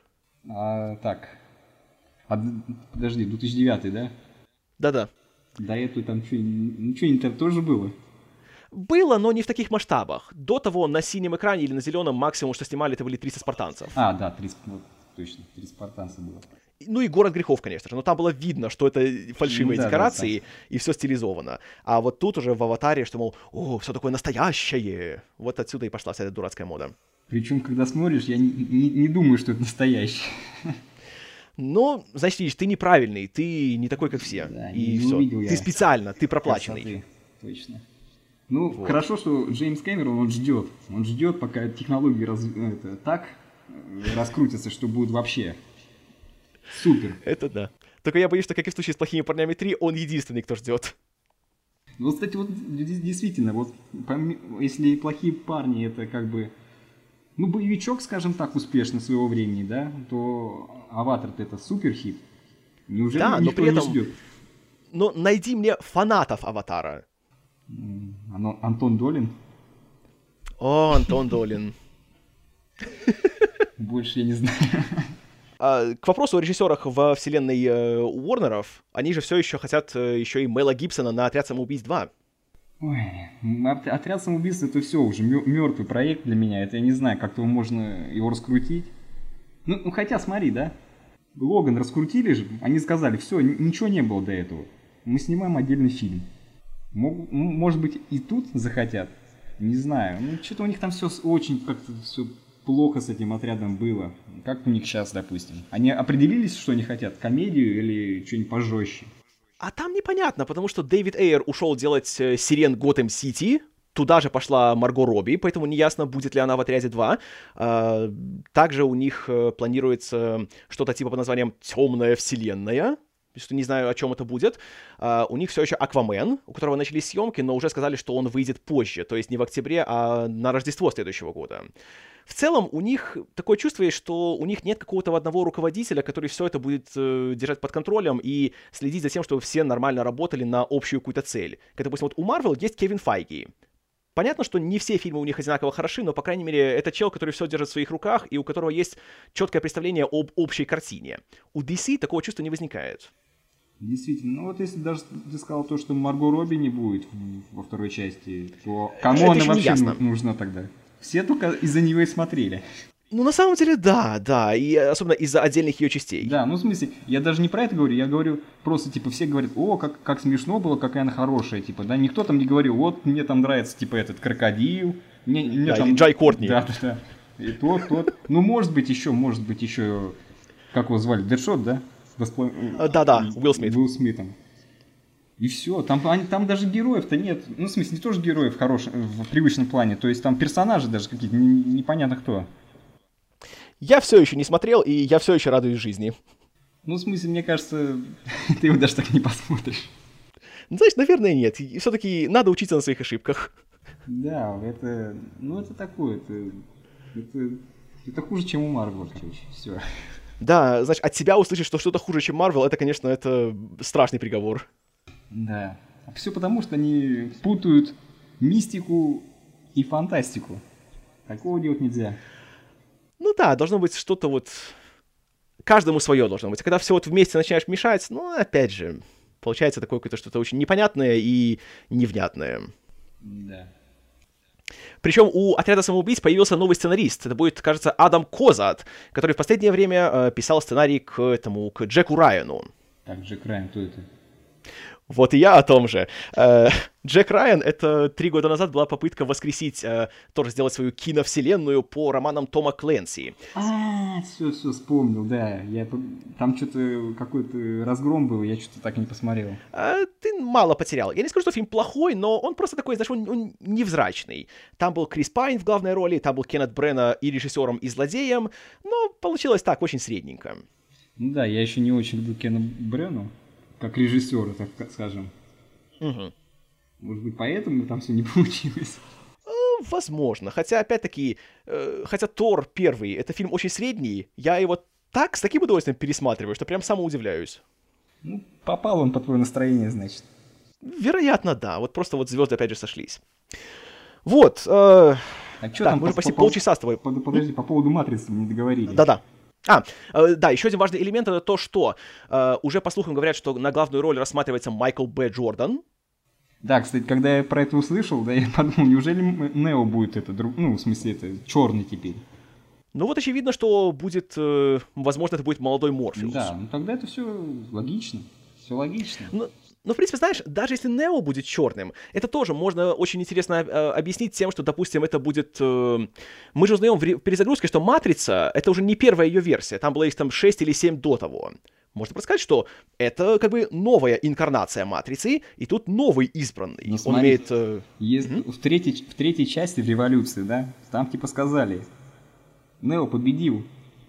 Подожди, 2009, да? Да-да. До этого там что-нибудь тоже было? Было, но не в таких масштабах. До того на синем экране или на зеленом максимум, что снимали, это были 300 спартанцев. Да, 300, точно, 3 спартанца было. Ну и «Город грехов», конечно же, но там было видно, что это фальшивые декорации, и все стилизовано. А вот тут уже в «Аватаре», что, мол, все такое настоящее. Вот отсюда и пошла вся эта дурацкая мода. Причем, когда смотришь, я не думаю, что это настоящее. Но, значит, видишь, ты неправильный, ты не такой, как все. Да, и все. Ты специально, ты проплаченный. Красоты. Точно. Ну, вот. Хорошо, что Джеймс Кэмерон, он ждет, пока технологии так раскрутятся, что будет вообще супер. Это да. Только я боюсь, что, как и в случае с «Плохими парнями 3», он единственный, кто ждет. Ну, вот, кстати, вот действительно, вот если «Плохие парни» это как бы, ну, боевичок, скажем так, успешный своего времени, да, то «Аватар»-то это суперхит. Неужели да, никто но при этом... не ждет? Но найди мне фанатов «Аватара». Антон Долин? О, Антон Долин. Больше я не знаю. К вопросу о режиссерах во вселенной Уорнеров, они же все еще хотят еще и Мэла Гибсона на «Отряд самоубийц 2». Ой, «Отряд самоубийц» это все уже мертвый проект для меня. Это я не знаю, как-то можно его раскрутить. Ну, хотя смотри, да? Логан раскрутили же, они сказали, все, ничего не было до этого. Мы снимаем отдельный фильм. Может быть, и тут захотят? Не знаю. Ну, что-то у них там все очень как-то все плохо с этим отрядом было. Как у них сейчас, допустим? Они определились, что они хотят? Комедию или что-нибудь пожестче? А там непонятно, потому что Дэвид Эйер ушел делать «Сирен Готэм Сити». Туда же пошла Марго Робби, поэтому неясно, будет ли она в «Отряде 2». Также у них планируется что-то типа под названием «Темная вселенная». Что не знаю, о чем это будет. У них все еще «Аквамен», у которого начались съемки, но уже сказали, что он выйдет позже, то есть не в октябре, а на Рождество следующего года. В целом, у них такое чувство есть, что у них нет какого-то одного руководителя, который все это будет держать под контролем и следить за тем, чтобы все нормально работали на общую какую-то цель. Как, допустим, вот у Marvel есть Кевин Файги. Понятно, что не все фильмы у них одинаково хороши, но, по крайней мере, это чел, который все держит в своих руках и у которого есть четкое представление об общей картине. У DC такого чувства не возникает. Действительно, ну вот если даже ты сказал то, что Марго Робби не будет во второй части, то кому она вообще нужна тогда? Все только из-за нее и смотрели. Ну, на самом деле, да, и особенно из-за отдельных ее частей. Да, ну, в смысле, я даже не про это говорю, я говорю просто, типа, все говорят, о, как смешно было, какая она хорошая, типа, да, никто там не говорил, вот, мне там нравится, типа, этот крокодил, мне да, там... или Джай Кортни. Да, и тот, ну, может быть, еще, как его звали, Дэдшот, да? Да, Уилл Смит. Уилл Смитом. И все, там даже героев-то нет, ну, в смысле, не тоже героев в привычном плане, то есть там персонажи даже какие-то, непонятно кто. Я все еще не смотрел, и я все еще радуюсь жизни. Ну, в смысле, мне кажется, ты его даже так не посмотришь. Ну, знаешь, наверное, нет. И все-таки надо учиться на своих ошибках. Да, это такое, это хуже, чем у Marvel, короче, все. Да, значит, от тебя услышать, что что-то хуже, чем Marvel, это, конечно, это страшный приговор. Да. А все потому, что они путают мистику и фантастику. Такого делать нельзя. Ну да, должно быть что-то вот... Каждому свое должно быть. Когда все вот вместе начинаешь мешать, ну, опять же, Получается такое какое-то что-то очень непонятное и невнятное. Да. Причем у «Отряда самоубийц» появился новый сценарист. Это будет, кажется, Адам Козат, который в последнее время писал сценарий к Джеку Райану. Так, Джек Райан, кто это? Вот и я о том же. Джек Райан — это 3 года назад была попытка воскресить, тоже сделать свою киновселенную по романам Тома Клэнси. Все, вспомнил, да. Там что-то какой-то разгром был, я что-то так и не посмотрел. Ты мало потерял. Я не скажу, что фильм плохой, но он просто такой, знаешь, он невзрачный. Там был Крис Пайн в главной роли, там был Кеннет Брена и режиссером, и злодеем, но получилось так, очень средненько. Ну да, я еще не очень люблю Кеннета Брену, как режиссера, так скажем. Угу. Может быть, поэтому там все не получилось? Возможно. Хотя, опять-таки, хотя Тор первый, это фильм очень средний, я его с таким удовольствием пересматриваю, что прям самоудивляюсь. Ну, попал он по твое настроение, значит. Вероятно, да. Вот просто вот звезды опять же сошлись. Вот. А что там мы уже почти полчаса с тобой. Подожди, по поводу «Матрицы» мы не договорились. Да-да. Да, еще один важный элемент — это то, что уже по слухам говорят, что на главную роль рассматривается Майкл Б. Джордан. Да, кстати, когда я про это услышал, да, я подумал, неужели Нео будет в смысле, это черный теперь? Ну вот очевидно, что будет, возможно, это будет молодой Морфеус. Да, ну тогда это все логично, все логично. Но, в принципе, знаешь, даже если Нео будет черным, это тоже можно очень интересно объяснить тем, что, допустим, это будет... Мы же узнаем в перезагрузке, что «Матрица» — это уже не первая ее версия, там было их там 6 или 7 до того. Можно сказать, что это как бы новая инкарнация «Матрицы», и тут новый избранный. Ну, он смотри, имеет... в третьей части в «Революции», да, там типа сказали, Нео победил,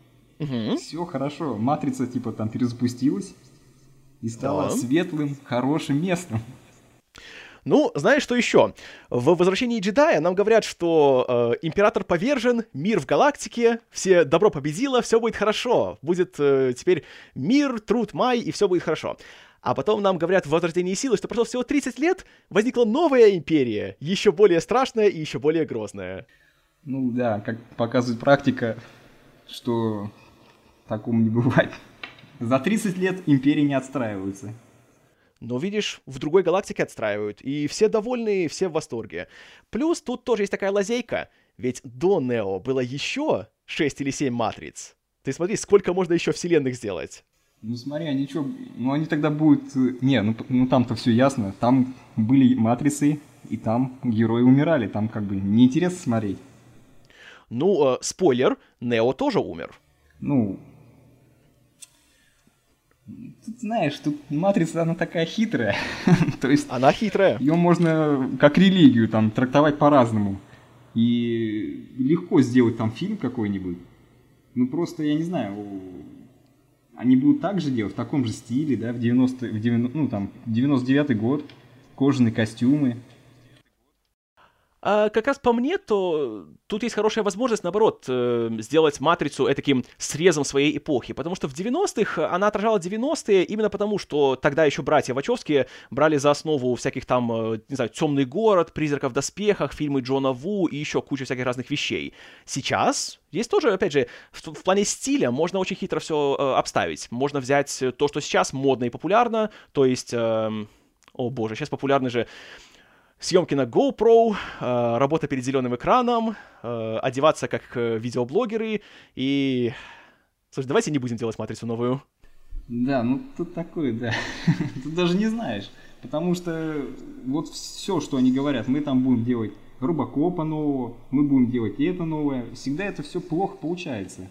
все хорошо, «Матрица» типа там перезапустилась, и стала светлым, хорошим местом. Ну, знаешь, что еще? В «Возвращении джедая» нам говорят, что император повержен, мир в галактике, все добро победило, все будет хорошо. Будет теперь мир, труд, май, и все будет хорошо. А потом нам говорят в «Возрождении силы», что прошло всего 30 лет, возникла новая империя, еще более страшная и еще более грозная. Ну да, как показывает практика, что такому не бывает. За 30 лет империи не отстраиваются. Но, видишь, в другой галактике отстраивают, и все довольны, все в восторге. Плюс тут тоже есть такая лазейка, ведь до Нео было еще 6 или 7 матриц. Ты смотри, сколько можно еще вселенных сделать. Ну смотри, они тогда будут... Ну там-то все ясно, там были матрицы, и там герои умирали, там как бы неинтересно смотреть. Ну, спойлер, Нео тоже умер. Ну... Тут, знаешь, тут «Матрица», она такая хитрая. То есть она хитрая. Ее можно как религию там трактовать по-разному. И легко сделать там фильм какой-нибудь. Ну просто, я не знаю, они будут так же делать, в таком же стиле, да, в 99-й год, кожаные костюмы. Как раз по мне, то тут есть хорошая возможность, наоборот, сделать «Матрицу» таким срезом своей эпохи, потому что в 90-х она отражала 90-е именно потому, что тогда еще братья Вачовски брали за основу всяких там, не знаю, «Темный город», «Призраков в доспехах», фильмы Джона Ву и еще кучу всяких разных вещей. Сейчас есть тоже, опять же, в плане стиля можно очень хитро все обставить. Можно взять то, что сейчас модно и популярно, то есть, о боже, сейчас популярны же съемки на GoPro, работа перед зеленым экраном, одеваться как видеоблогеры и... Слушай, давайте не будем делать «Матрицу» новую. Да, ну тут такое, да. Тут даже не знаешь. Потому что вот все, что они говорят, мы там будем делать Робокопа нового, мы будем делать это новое. Всегда это все плохо получается.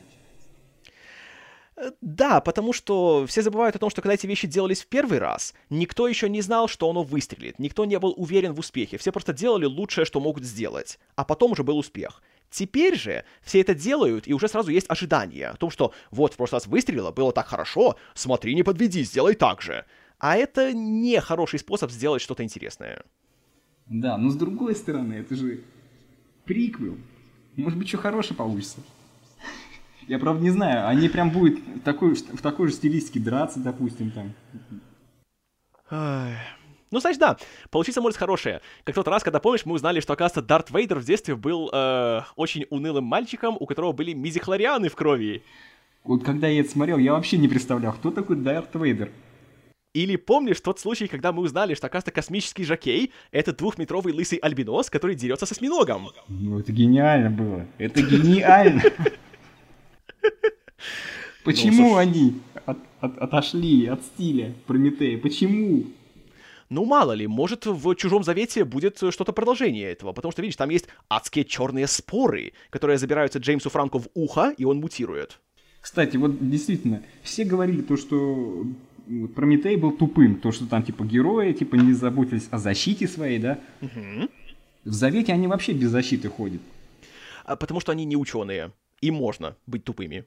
Да, потому что все забывают о том, что когда эти вещи делались в первый раз, никто еще не знал, что оно выстрелит, никто не был уверен в успехе, все просто делали лучшее, что могут сделать, а потом уже был успех. Теперь же все это делают, и уже сразу есть ожидание о том, что вот в прошлый раз выстрелило, было так хорошо, смотри, не подведи, сделай так же. А это не хороший способ сделать что-то интересное. Да, но с другой стороны, это же приквел. Может быть, что хорошее получится. Я, правда, не знаю, они прям будут в такой же стилистике драться, допустим, там. Ну, значит, да, получиться может хорошее. Как в тот раз, когда, помнишь, мы узнали, что, оказывается, Дарт Вейдер в детстве был очень унылым мальчиком, у которого были мидихлорианы в крови. Вот когда я это смотрел, я вообще не представлял, кто такой Дарт Вейдер. Или помнишь тот случай, когда мы узнали, что, оказывается, космический жокей — это 2-метровый лысый альбинос, который дерется с осьминогом? Ну, это гениально было. Это гениально. Почему они отошли от стиля Прометея? Почему? Ну, мало ли, может, в «Чужом завете» будет что-то продолжение этого, потому что, видишь, там есть адские черные споры, которые забираются Джеймсу Франко в ухо, и он мутирует. Кстати, вот действительно, все говорили то, что Прометей был тупым, то, что там, типа, герои, типа, не заботились о защите своей, да? Угу. В Завете они вообще без защиты ходят. Потому что они не ученые. Им можно быть тупыми.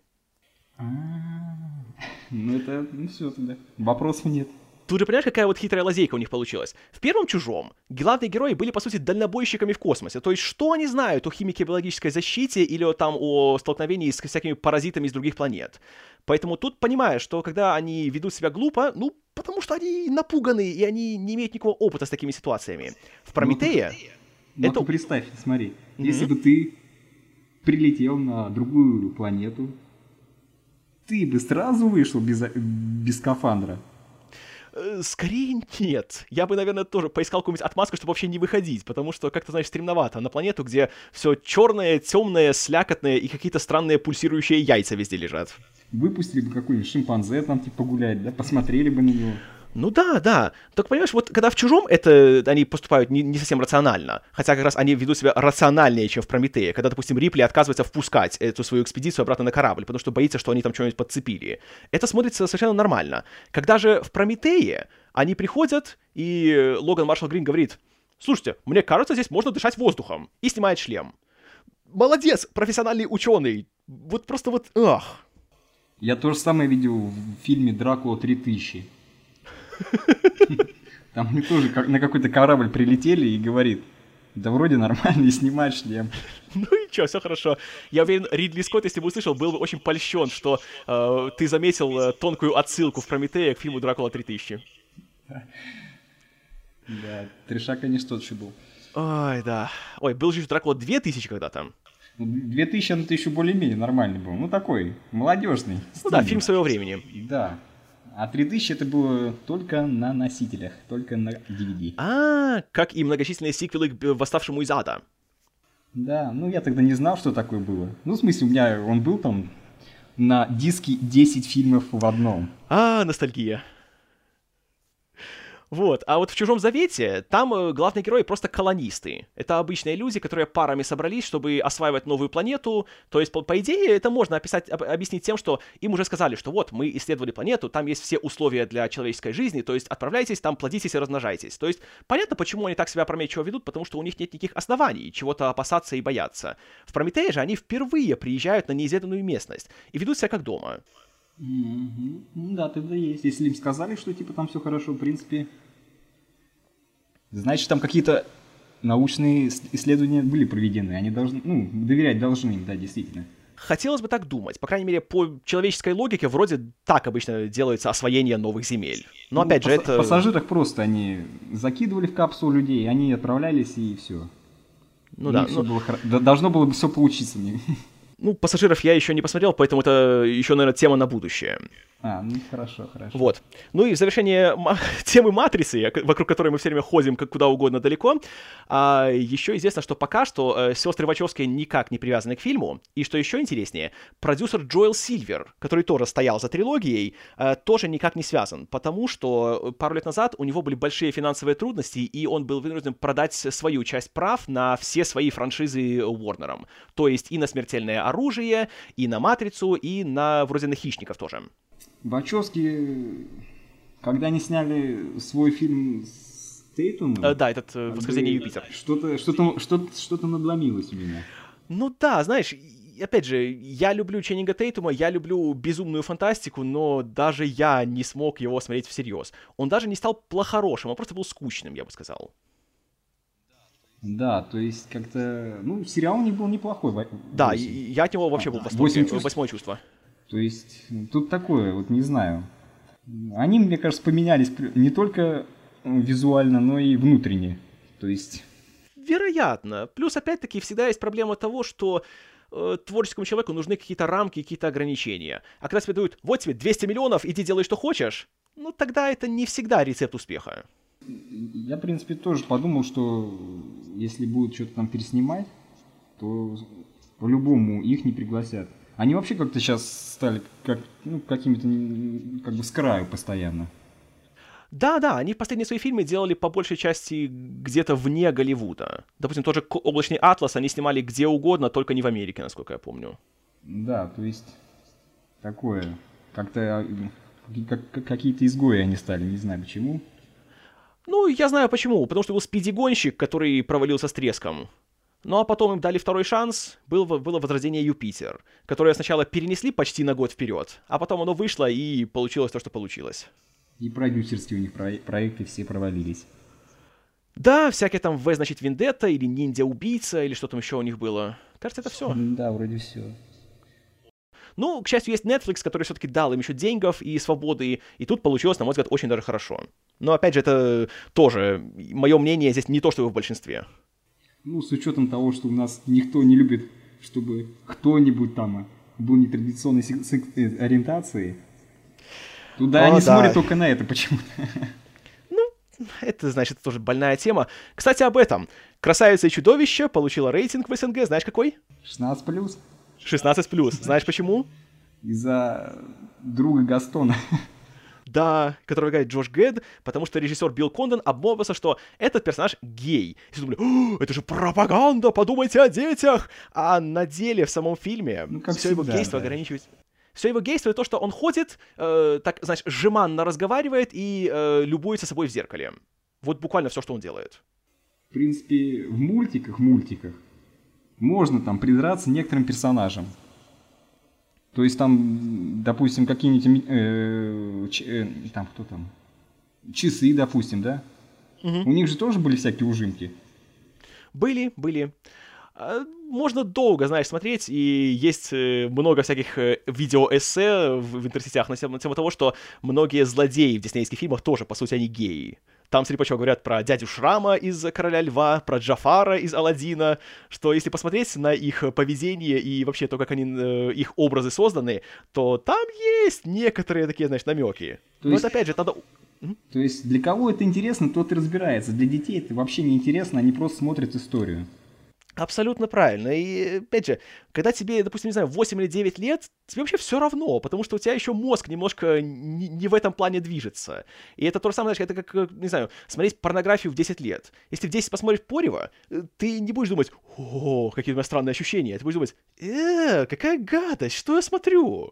Ну, это, ну, все тогда. Вопросов нет. Тут же понимаешь, какая вот хитрая лазейка у них получилась? В первом «Чужом» главные герои были, по сути, дальнобойщиками в космосе. То есть, что они знают о химико-биологической защите или там о столкновении с всякими паразитами из других планет? Поэтому тут понимаешь, что когда они ведут себя глупо, ну, потому что они напуганы, и они не имеют никакого опыта с такими ситуациями. В «Прометее» Ну, это... ты представь, смотри, если бы ты прилетел на другую планету, ты бы сразу вышел без скафандра? Скорее нет. Я бы, наверное, тоже поискал какую-нибудь отмазку, чтобы вообще не выходить, потому что как-то, знаешь, стремновато на планету, где все черное, темное, слякотное и какие-то странные пульсирующие яйца везде лежат. Выпустили бы какой-нибудь шимпанзе там, типа, погулять, да, посмотрели бы на него. Ну да, да. Только, понимаешь, вот когда в «Чужом» это они поступают не совсем рационально. Хотя как раз они ведут себя рациональнее, чем в «Прометее». Когда, допустим, Рипли отказывается впускать эту свою экспедицию обратно на корабль, потому что боится, что они там что-нибудь подцепили. Это смотрится совершенно нормально. Когда же в «Прометее» они приходят, и Логан Маршалл Грин говорит: «Слушайте, мне кажется, здесь можно дышать воздухом», и снимает шлем. Молодец, профессиональный ученый. Вот просто вот, ах. Я то же самое видел в фильме «Дракула 3000». Там они тоже на какой-то корабль прилетели и говорит: да вроде нормально, и снимает шлем. Ну и чё, все хорошо. Я уверен, Ридли Скотт, если бы услышал, был бы очень польщен, что ты заметил тонкую отсылку в «Прометея» к фильму «Дракула 3000». Да, трешак, конечно, тот еще был. Ой, да. Ой, был же «Дракула 2000» когда-то. 2000, он-то еще более-менее нормальный был. Ну, такой, молодежный. Ну да, фильм своего времени. Да. А 3000 это было только на носителях, только на DVD. Как и многочисленные сиквелы к «Восставшему из ада». Да, ну я тогда не знал, что такое было. Ну, в смысле, у меня он был там на диске 10 фильмов в одном. Ностальгия. Вот, а вот в «Чужом завете» там главные герои просто колонисты. Это обычные люди, которые парами собрались, чтобы осваивать новую планету. То есть, по идее, это можно объяснить тем, что им уже сказали, что вот, мы исследовали планету, там есть все условия для человеческой жизни, то есть отправляйтесь, там плодитесь и размножайтесь. То есть, понятно, почему они так себя опрометчиво ведут, потому что у них нет никаких оснований чего-то опасаться и бояться. В «Прометее» же они впервые приезжают на неизведанную местность и ведут себя как дома. Да, тогда есть. Если им сказали, что типа там все хорошо, в принципе, значит, там какие-то научные исследования были проведены. Они должны, доверять должны им, да, действительно. Хотелось бы так думать. По крайней мере, по человеческой логике, вроде так обычно делается освоение новых земель. Но опять же, это... Пассажирах просто они закидывали в капсулу людей, они отправлялись и все. Ну да. Должно было бы все получиться мне. Ну, «Пассажиров» я еще не посмотрел, поэтому это еще, наверное, тема на будущее. Ну хорошо. Вот. Ну и в завершение темы «Матрицы», вокруг которой мы все время ходим как куда угодно далеко, еще известно, что пока что сестры Вачовски никак не привязаны к фильму, и что еще интереснее, продюсер Джоэл Сильвер, который тоже стоял за трилогией, тоже никак не связан, потому что пару лет назад у него были большие финансовые трудности, и он был вынужден продать свою часть прав на все свои франшизы Уорнером, то есть и на «Смертельное оружие», и на «Матрицу», и на вроде на «Хищников» тоже. Вачовски, когда они сняли свой фильм с Тейтумом... Да, этот «Восхождение Юпитер». Что-то надломилось у меня. Ну да, знаешь, опять же, я люблю Ченнинга Тейтума, я люблю безумную фантастику, но даже я не смог его смотреть всерьез. Он даже не стал плохоросшим, он просто был скучным, я бы сказал. Да, то есть как-то... сериал у них был неплохой. Да, я от него вообще был в восторге. «Восьмое чувство». То есть тут такое, вот не знаю. Они, мне кажется, поменялись не только визуально, но и внутренне. То есть... Вероятно. Плюс, опять-таки, всегда есть проблема того, что творческому человеку нужны какие-то рамки, какие-то ограничения. А когда тебе дают, вот тебе 200 миллионов, иди делай, что хочешь, ну тогда это не всегда рецепт успеха. Я, в принципе, тоже подумал, что если будут что-то там переснимать, то по-любому их не пригласят. Они вообще как-то сейчас стали какими-то как бы с краю постоянно. Да, они в последние свои фильмы делали по большей части где-то вне Голливуда. Допустим, тот же «Облачный атлас» они снимали где угодно, только не в Америке, насколько я помню. Да, то есть такое, как-то какие-то изгои они стали, не знаю почему. Ну, я знаю почему. Потому что был «Спиди-гонщик», который провалился с треском. Ну, а потом им дали второй шанс, было «Возрождение Юпитер», которое сначала перенесли почти на год вперед, а потом оно вышло и получилось то, что получилось. И продюсерские у них проекты все провалились. Да, всякие там «В, значит, Вендетта» или «Ниндзя-убийца», или что там еще у них было. Кажется, это все. Да, вроде все. Ну, к счастью, есть Netflix, который все-таки дал им еще денег и свободы, и тут получилось, на мой взгляд, очень даже хорошо. Но, опять же, это тоже, мое мнение здесь не то, что вы в большинстве. Ну, с учетом того, что у нас никто не любит, чтобы кто-нибудь там был нетрадиционной ориентации, туда они смотрят только на это почему-то. Ну, это, значит, тоже больная тема. Кстати, об этом. «Красавица и чудовище» получила рейтинг в СНГ, знаешь какой? 16+. 16+. Знаешь почему? Из-за друга Гастона. Да, которого играет Джош Гэд, потому что режиссер Билл Кондон обмолвился, что этот персонаж гей. И все думали, это же пропаганда, подумайте о детях! А на деле в самом фильме все его гейство ограничивается... Все его гейство — это то, что он ходит, так, значит, жеманно разговаривает и любуется собой в зеркале. Вот буквально все, что он делает. В принципе, в мультиках можно там придраться некоторым персонажам. То есть там, допустим, какие-нибудь, там кто там, часы, допустим, да? Угу. У них же тоже были всякие ужимки. Были. Можно долго, знаешь, смотреть, и есть много всяких видеоэссе в интерсетях на тему того, что многие злодеи в диснеевских фильмах тоже, по сути, они геи. Там, среди прочего, говорят про дядю Шрама из «Короля льва», про Джафара из «Аладдина», что если посмотреть на их поведение и вообще то, как они, их образы созданы, то там есть некоторые такие, знаешь, намеки. Но это, опять же, надо... То есть для кого это интересно, тот и разбирается. Для детей это вообще не интересно, они просто смотрят историю. Абсолютно правильно. И, опять же, когда тебе, допустим, не знаю, 8 или 9 лет, тебе вообще все равно, потому что у тебя еще мозг немножко не в этом плане движется. И это то же самое, знаешь, это как, не знаю, смотреть порнографию в 10 лет. Если в 10 посмотришь порево, ты не будешь думать, о, какие у меня странные ощущения. Ты будешь думать, какая гадость, что я смотрю?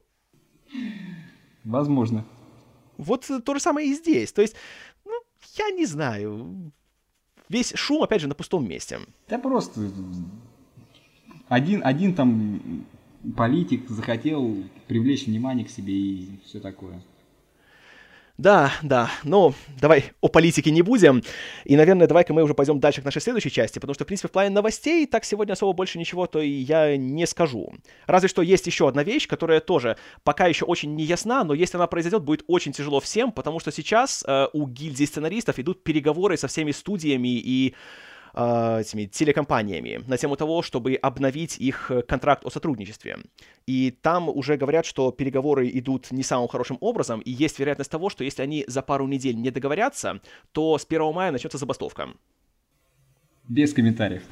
Возможно. Вот то же самое и здесь. То есть, ну, я не знаю... Весь шум, опять же, на пустом месте. Да просто один там политик захотел привлечь внимание к себе и все такое. Да, но давай о политике не будем. И, наверное, давай-ка мы уже пойдем дальше к нашей следующей части, потому что, в принципе, в плане новостей так сегодня особо больше ничего то и я не скажу. Разве что есть еще одна вещь, которая тоже пока еще очень не ясна, но если она произойдет, будет очень тяжело всем, потому что сейчас у гильдии сценаристов идут переговоры со всеми студиями и этими телекомпаниями на тему того, чтобы обновить их контракт о сотрудничестве. И там уже говорят, что переговоры идут не самым хорошим образом, и есть вероятность того, что если они за пару недель не договорятся, то с 1 мая начнется забастовка. Без комментариев.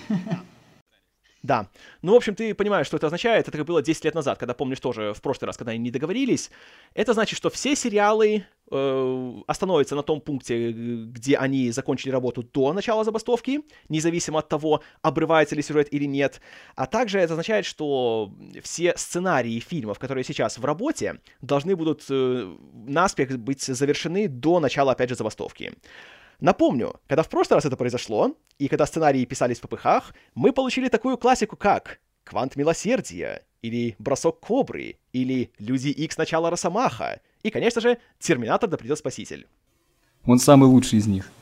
Да. Ну, в общем, ты понимаешь, что это означает. Это как было 10 лет назад, когда, помнишь, тоже в прошлый раз, когда они не договорились. Это значит, что все сериалы остановятся на том пункте, где они закончили работу до начала забастовки, независимо от того, обрывается ли сюжет или нет. А также это означает, что все сценарии фильмов, которые сейчас в работе, должны будут наспех быть завершены до начала, опять же, забастовки. Напомню, когда в прошлый раз это произошло, и когда сценарии писались в ППХ, мы получили такую классику, как «Квант милосердия», или «Бросок кобры», или «Люди Икс. Начало Росомаха», и, конечно же, «Терминатор. Да придет Спаситель». Он самый лучший из них.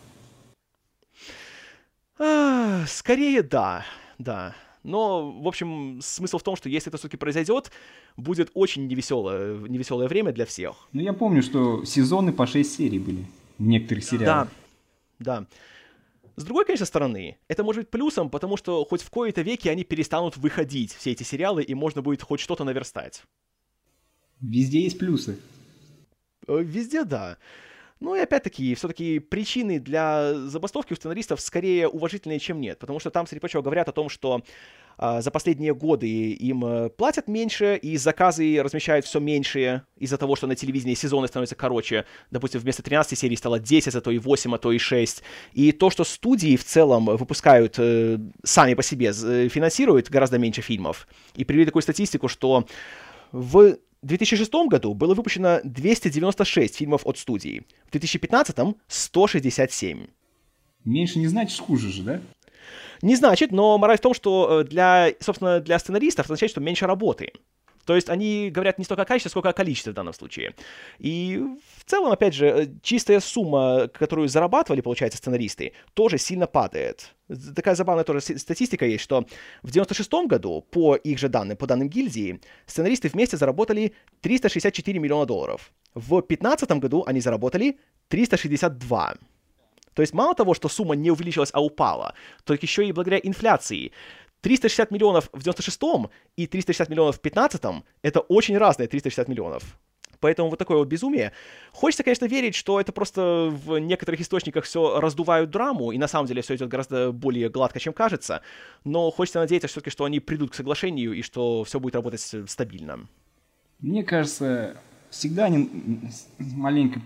Скорее, да. Но, в общем, смысл в том, что если это все-таки произойдет, будет очень невеселое время для всех. Ну, я помню, что сезоны по 6 серий были в некоторых сериалах. Да. С другой, конечно, стороны, это может быть плюсом, потому что хоть в кои-то веки они перестанут выходить, все эти сериалы, и можно будет хоть что-то наверстать. Везде есть плюсы. Везде да. Ну и опять-таки, все-таки причины для забастовки у сценаристов скорее уважительные, чем нет. Потому что там, среди прочего, говорят о том, что за последние годы им платят меньше, и заказы размещают все меньше из-за того, что на телевидении сезоны становятся короче. Допустим, вместо 13 серий стало 10, а то и 8, а то и 6. И то, что студии в целом выпускают сами по себе, финансируют гораздо меньше фильмов. И привели такую статистику, что в 2006 году было выпущено 296 фильмов от студии, в 2015 167. Меньше не значит хуже же, да? Не значит, но мораль в том, что собственно, для сценаристов это означает, что меньше работы. То есть они говорят не столько о качестве, сколько о количестве в данном случае. И в целом, опять же, чистая сумма, которую зарабатывали, получается, сценаристы, тоже сильно падает. Такая забавная тоже статистика есть, что в 96-м году, по их же данным, по данным гильдии, сценаристы вместе заработали $364 миллиона. В 2015 году они заработали 362. То есть мало того, что сумма не увеличилась, а упала, то еще и благодаря инфляции. 360 миллионов в 96-м и 360 миллионов в 15-м — это очень разные 360 миллионов. Поэтому вот такое вот безумие. Хочется, конечно, верить, что это просто в некоторых источниках все раздувают драму, и на самом деле все идет гораздо более гладко, чем кажется. Но хочется надеяться все-таки, что они придут к соглашению и что все будет работать стабильно. Мне кажется, всегда они маленько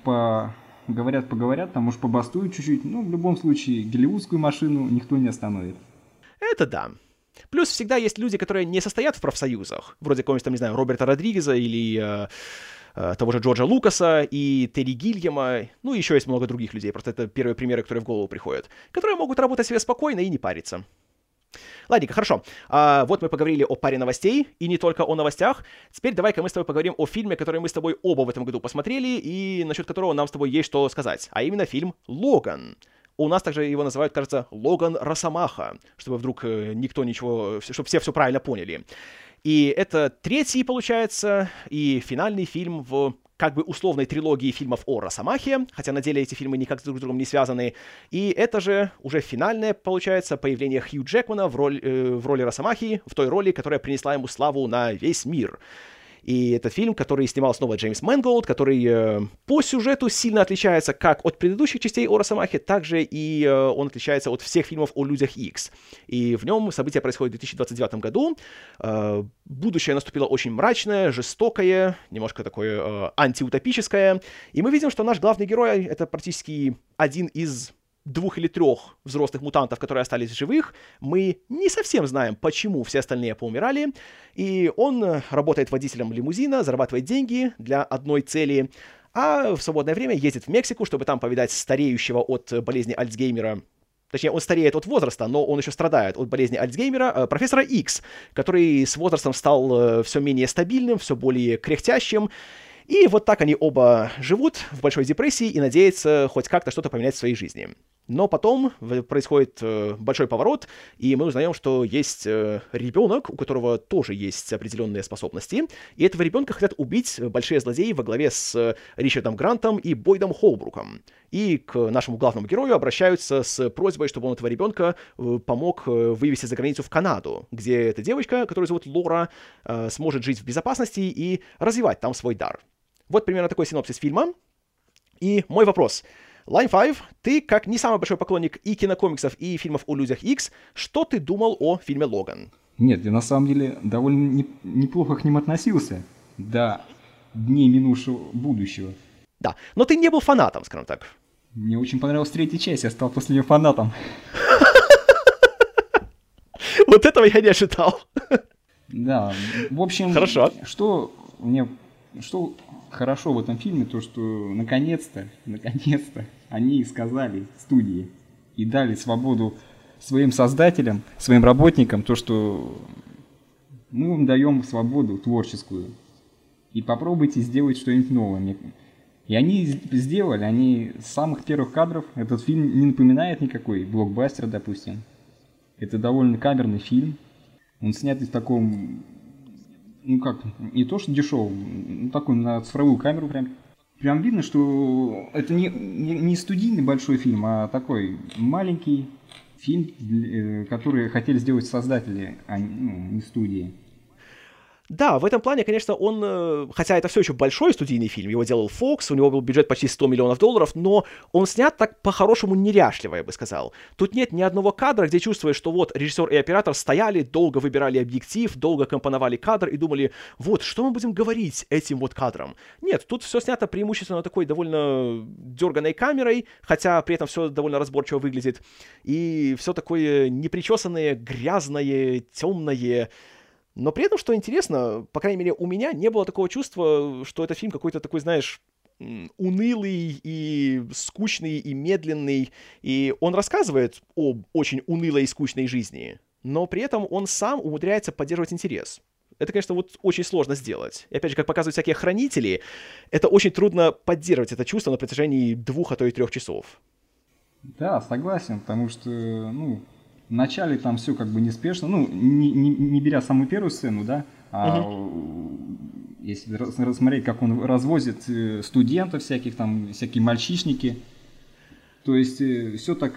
поговорят, там, может, побастуют чуть-чуть, но в любом случае голливудскую машину никто не остановит. Это да. Плюс всегда есть люди, которые не состоят в профсоюзах, вроде какого-нибудь, там, не знаю, Роберта Родригеза или того же Джорджа Лукаса и Терри Гильяма, ну, еще есть много других людей, просто это первые примеры, которые в голову приходят, которые могут работать себе спокойно и не париться. Ладненько, хорошо. Вот мы поговорили о паре новостей, и не только о новостях. Теперь давай-ка мы с тобой поговорим о фильме, который мы с тобой оба в этом году посмотрели, и насчет которого нам с тобой есть что сказать, а именно фильм «Логан». У нас также его называют, кажется, Логан Росомаха, чтобы вдруг никто ничего, чтобы все правильно поняли. И это третий, получается, и финальный фильм в как бы условной трилогии фильмов о Росомахе, хотя на деле эти фильмы никак друг с другом не связаны. И это же уже финальное, получается, появление Хью Джекмана в роли Росомахи, в той роли, которая принесла ему славу на весь мир. И это фильм, который снимал снова Джеймс Мэнголд, который по сюжету сильно отличается как от предыдущих частей о Росомахе, так же и он отличается от всех фильмов о Людях Икс. И в нем события происходят в 2029 году. Будущее наступило очень мрачное, жестокое, немножко такое антиутопическое. И мы видим, что наш главный герой — это практически один из 2 или 3 взрослых мутантов, которые остались в живых. Мы не совсем знаем, почему все остальные поумирали. И он работает водителем лимузина, зарабатывает деньги для одной цели, а в свободное время ездит в Мексику, чтобы там повидать стареющего от болезни Альцгеймера. Точнее, он стареет от возраста, но он еще страдает от болезни Альцгеймера, профессора Икс, который с возрастом стал все менее стабильным, все более кряхтящим. И вот так они оба живут в большой депрессии и надеются хоть как-то что-то поменять в своей жизни. Но потом происходит большой поворот, и мы узнаем, что есть ребенок, у которого тоже есть определенные способности, и этого ребенка хотят убить большие злодеи во главе с Ричардом Грантом и Бойдом Холбруком. И к нашему главному герою обращаются с просьбой, чтобы он этого ребенка помог вывести за границу в Канаду, где эта девочка, которую зовут Лора, сможет жить в безопасности и развивать там свой дар. Вот примерно такой синопсис фильма. И мой вопрос. Line 5, ты, как не самый большой поклонник и кинокомиксов, и фильмов о Людях Икс, что ты думал о фильме «Логан»? Нет, я на самом деле довольно неплохо к ним относился до дней минувшего будущего. Да, но ты не был фанатом, скажем так. Мне очень понравилась 3-я часть, я стал после нее фанатом. Вот этого я не ожидал. Да, в общем, хорошо. Что хорошо в этом фильме, то что наконец-то они сказали студии и дали свободу своим создателям, своим работникам, то что мы вам даем свободу творческую и попробуйте сделать что-нибудь новое. И они сделали, они с самых первых кадров, этот фильм не напоминает никакой блокбастер, допустим. Это довольно камерный фильм, он снятый в таком... Ну как, не то что дешевый, такой на цифровую камеру прям видно, что это не студийный большой фильм, а такой маленький фильм, который хотели сделать создатели, а не студии. Да, в этом плане, конечно, он, хотя это все еще большой студийный фильм, его делал Fox, у него был бюджет почти $100 миллионов, но он снят так по-хорошему неряшливо, я бы сказал. Тут нет ни одного кадра, где чувствуешь, что вот режиссер и оператор стояли, долго выбирали объектив, долго компоновали кадр и думали, вот, что мы будем говорить этим вот кадром. Нет, тут все снято преимущественно такой довольно дерганой камерой, хотя при этом все довольно разборчиво выглядит, и все такое непричесанное, грязное, темное. Но при этом, что интересно, по крайней мере, у меня не было такого чувства, что это фильм какой-то такой, знаешь, унылый и скучный и медленный. И он рассказывает об очень унылой и скучной жизни, но при этом он сам умудряется поддерживать интерес. Это, конечно, вот очень сложно сделать. И опять же, как показывают всякие хранители, это очень трудно поддерживать это чувство на протяжении 2, а то и 3 часов. Да, согласен, потому что, ну, вначале там все как бы неспешно, ну, не беря самую первую сцену, да, а если рассмотреть, как он развозит студентов всяких, там, всякие мальчишники, то есть все так,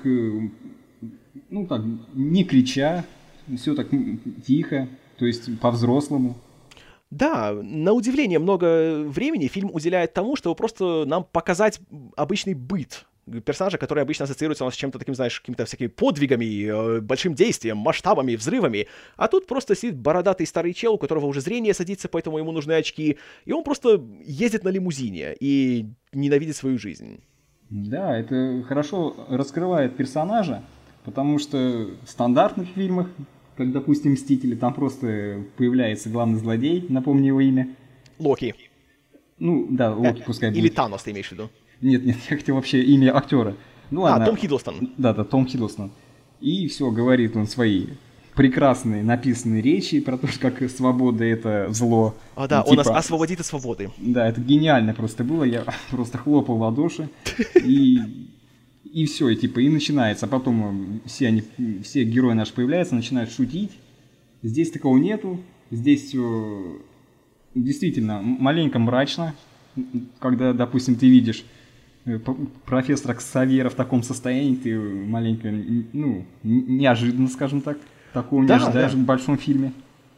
ну, так, не крича, все так тихо, то есть по-взрослому. Да, на удивление много времени фильм уделяет тому, чтобы просто нам показать обычный быт персонажа, который обычно ассоциируется у нас с чем-то таким, знаешь, какими-то всякими подвигами, большим действием, масштабами, взрывами. А тут просто сидит бородатый старый чел, у которого уже зрение садится, поэтому ему нужны очки. И он просто ездит на лимузине и ненавидит свою жизнь. Да, это хорошо раскрывает персонажа, потому что в стандартных фильмах, как, допустим, «Мстители», там просто появляется главный злодей, напомни его имя. Локи. Ну, да, Локи пускай будет. Или Танос, ты имеешь в виду? Нет, я хотел вообще имя актера. Ну ладно. Том Хиддлстон. Да, Том Хиддлстон. И все, говорит он свои прекрасные написанные речи про то, как свобода — это зло. Да, он нас освободит от свободы. Да, это гениально просто было, я просто хлопал в ладоши. И все, и типа, и начинается. А потом все герои наши появляются, начинают шутить. Здесь такого нету. Здесь все действительно маленько мрачно, когда, допустим, ты видишь профессора Ксавьера в таком состоянии, ты маленько, ну, неожиданно, скажем так, такого не ожидаешь в большом фильме.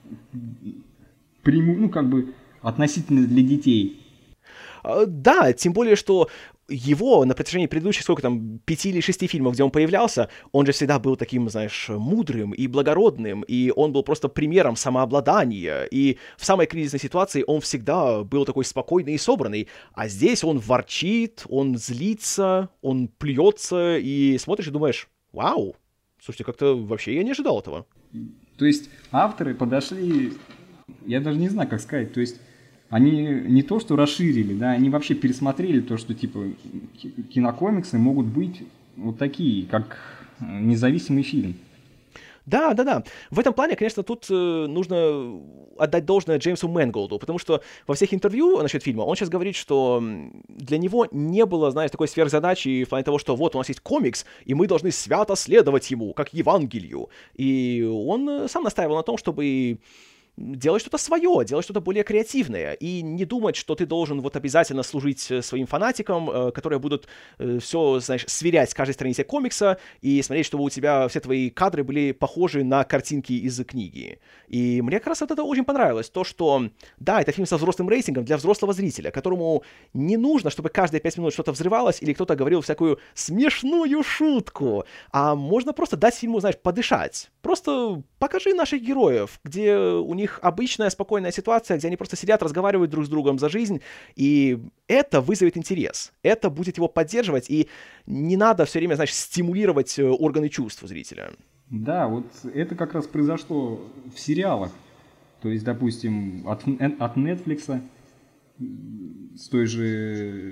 Ну, как бы, относительно для детей. Да, тем более, что его на протяжении предыдущих, 5 или 6 фильмов, где он появлялся, он же всегда был таким, знаешь, мудрым и благородным, и он был просто примером самообладания, и в самой кризисной ситуации он всегда был такой спокойный и собранный, а здесь он ворчит, он злится, он плюется, и смотришь и думаешь, вау, слушайте, как-то вообще я не ожидал этого. То есть авторы подошли, я даже не знаю, как сказать, то есть они не то что расширили, да, они вообще пересмотрели то, что типа кинокомиксы могут быть вот такие, как независимый фильм. Да. В этом плане, конечно, тут нужно отдать должное Джеймсу Мэнголду, потому что во всех интервью насчет фильма он сейчас говорит, что для него не было, знаешь, такой сверхзадачи в плане того, что вот у нас есть комикс, и мы должны свято следовать ему, как Евангелию. И он сам настаивал на том, чтобы делать что-то свое, делать что-то более креативное, и не думать, что ты должен вот обязательно служить своим фанатикам, которые будут все, знаешь, сверять с каждой странице комикса и смотреть, чтобы у тебя все твои кадры были похожи на картинки из книги. И мне как раз вот это очень понравилось, то, что, да, это фильм со взрослым рейтингом для взрослого зрителя, которому не нужно, чтобы каждые 5 минут что-то взрывалось или кто-то говорил всякую смешную шутку, а можно просто дать фильму, знаешь, подышать. Просто покажи наших героев, где у них обычная спокойная ситуация, где они просто сидят, разговаривают друг с другом за жизнь, и это вызовет интерес, это будет его поддерживать, и не надо все время, знаешь, стимулировать органы чувств у зрителя. Да, вот это как раз произошло в сериалах, то есть, допустим, от Netflix, с той же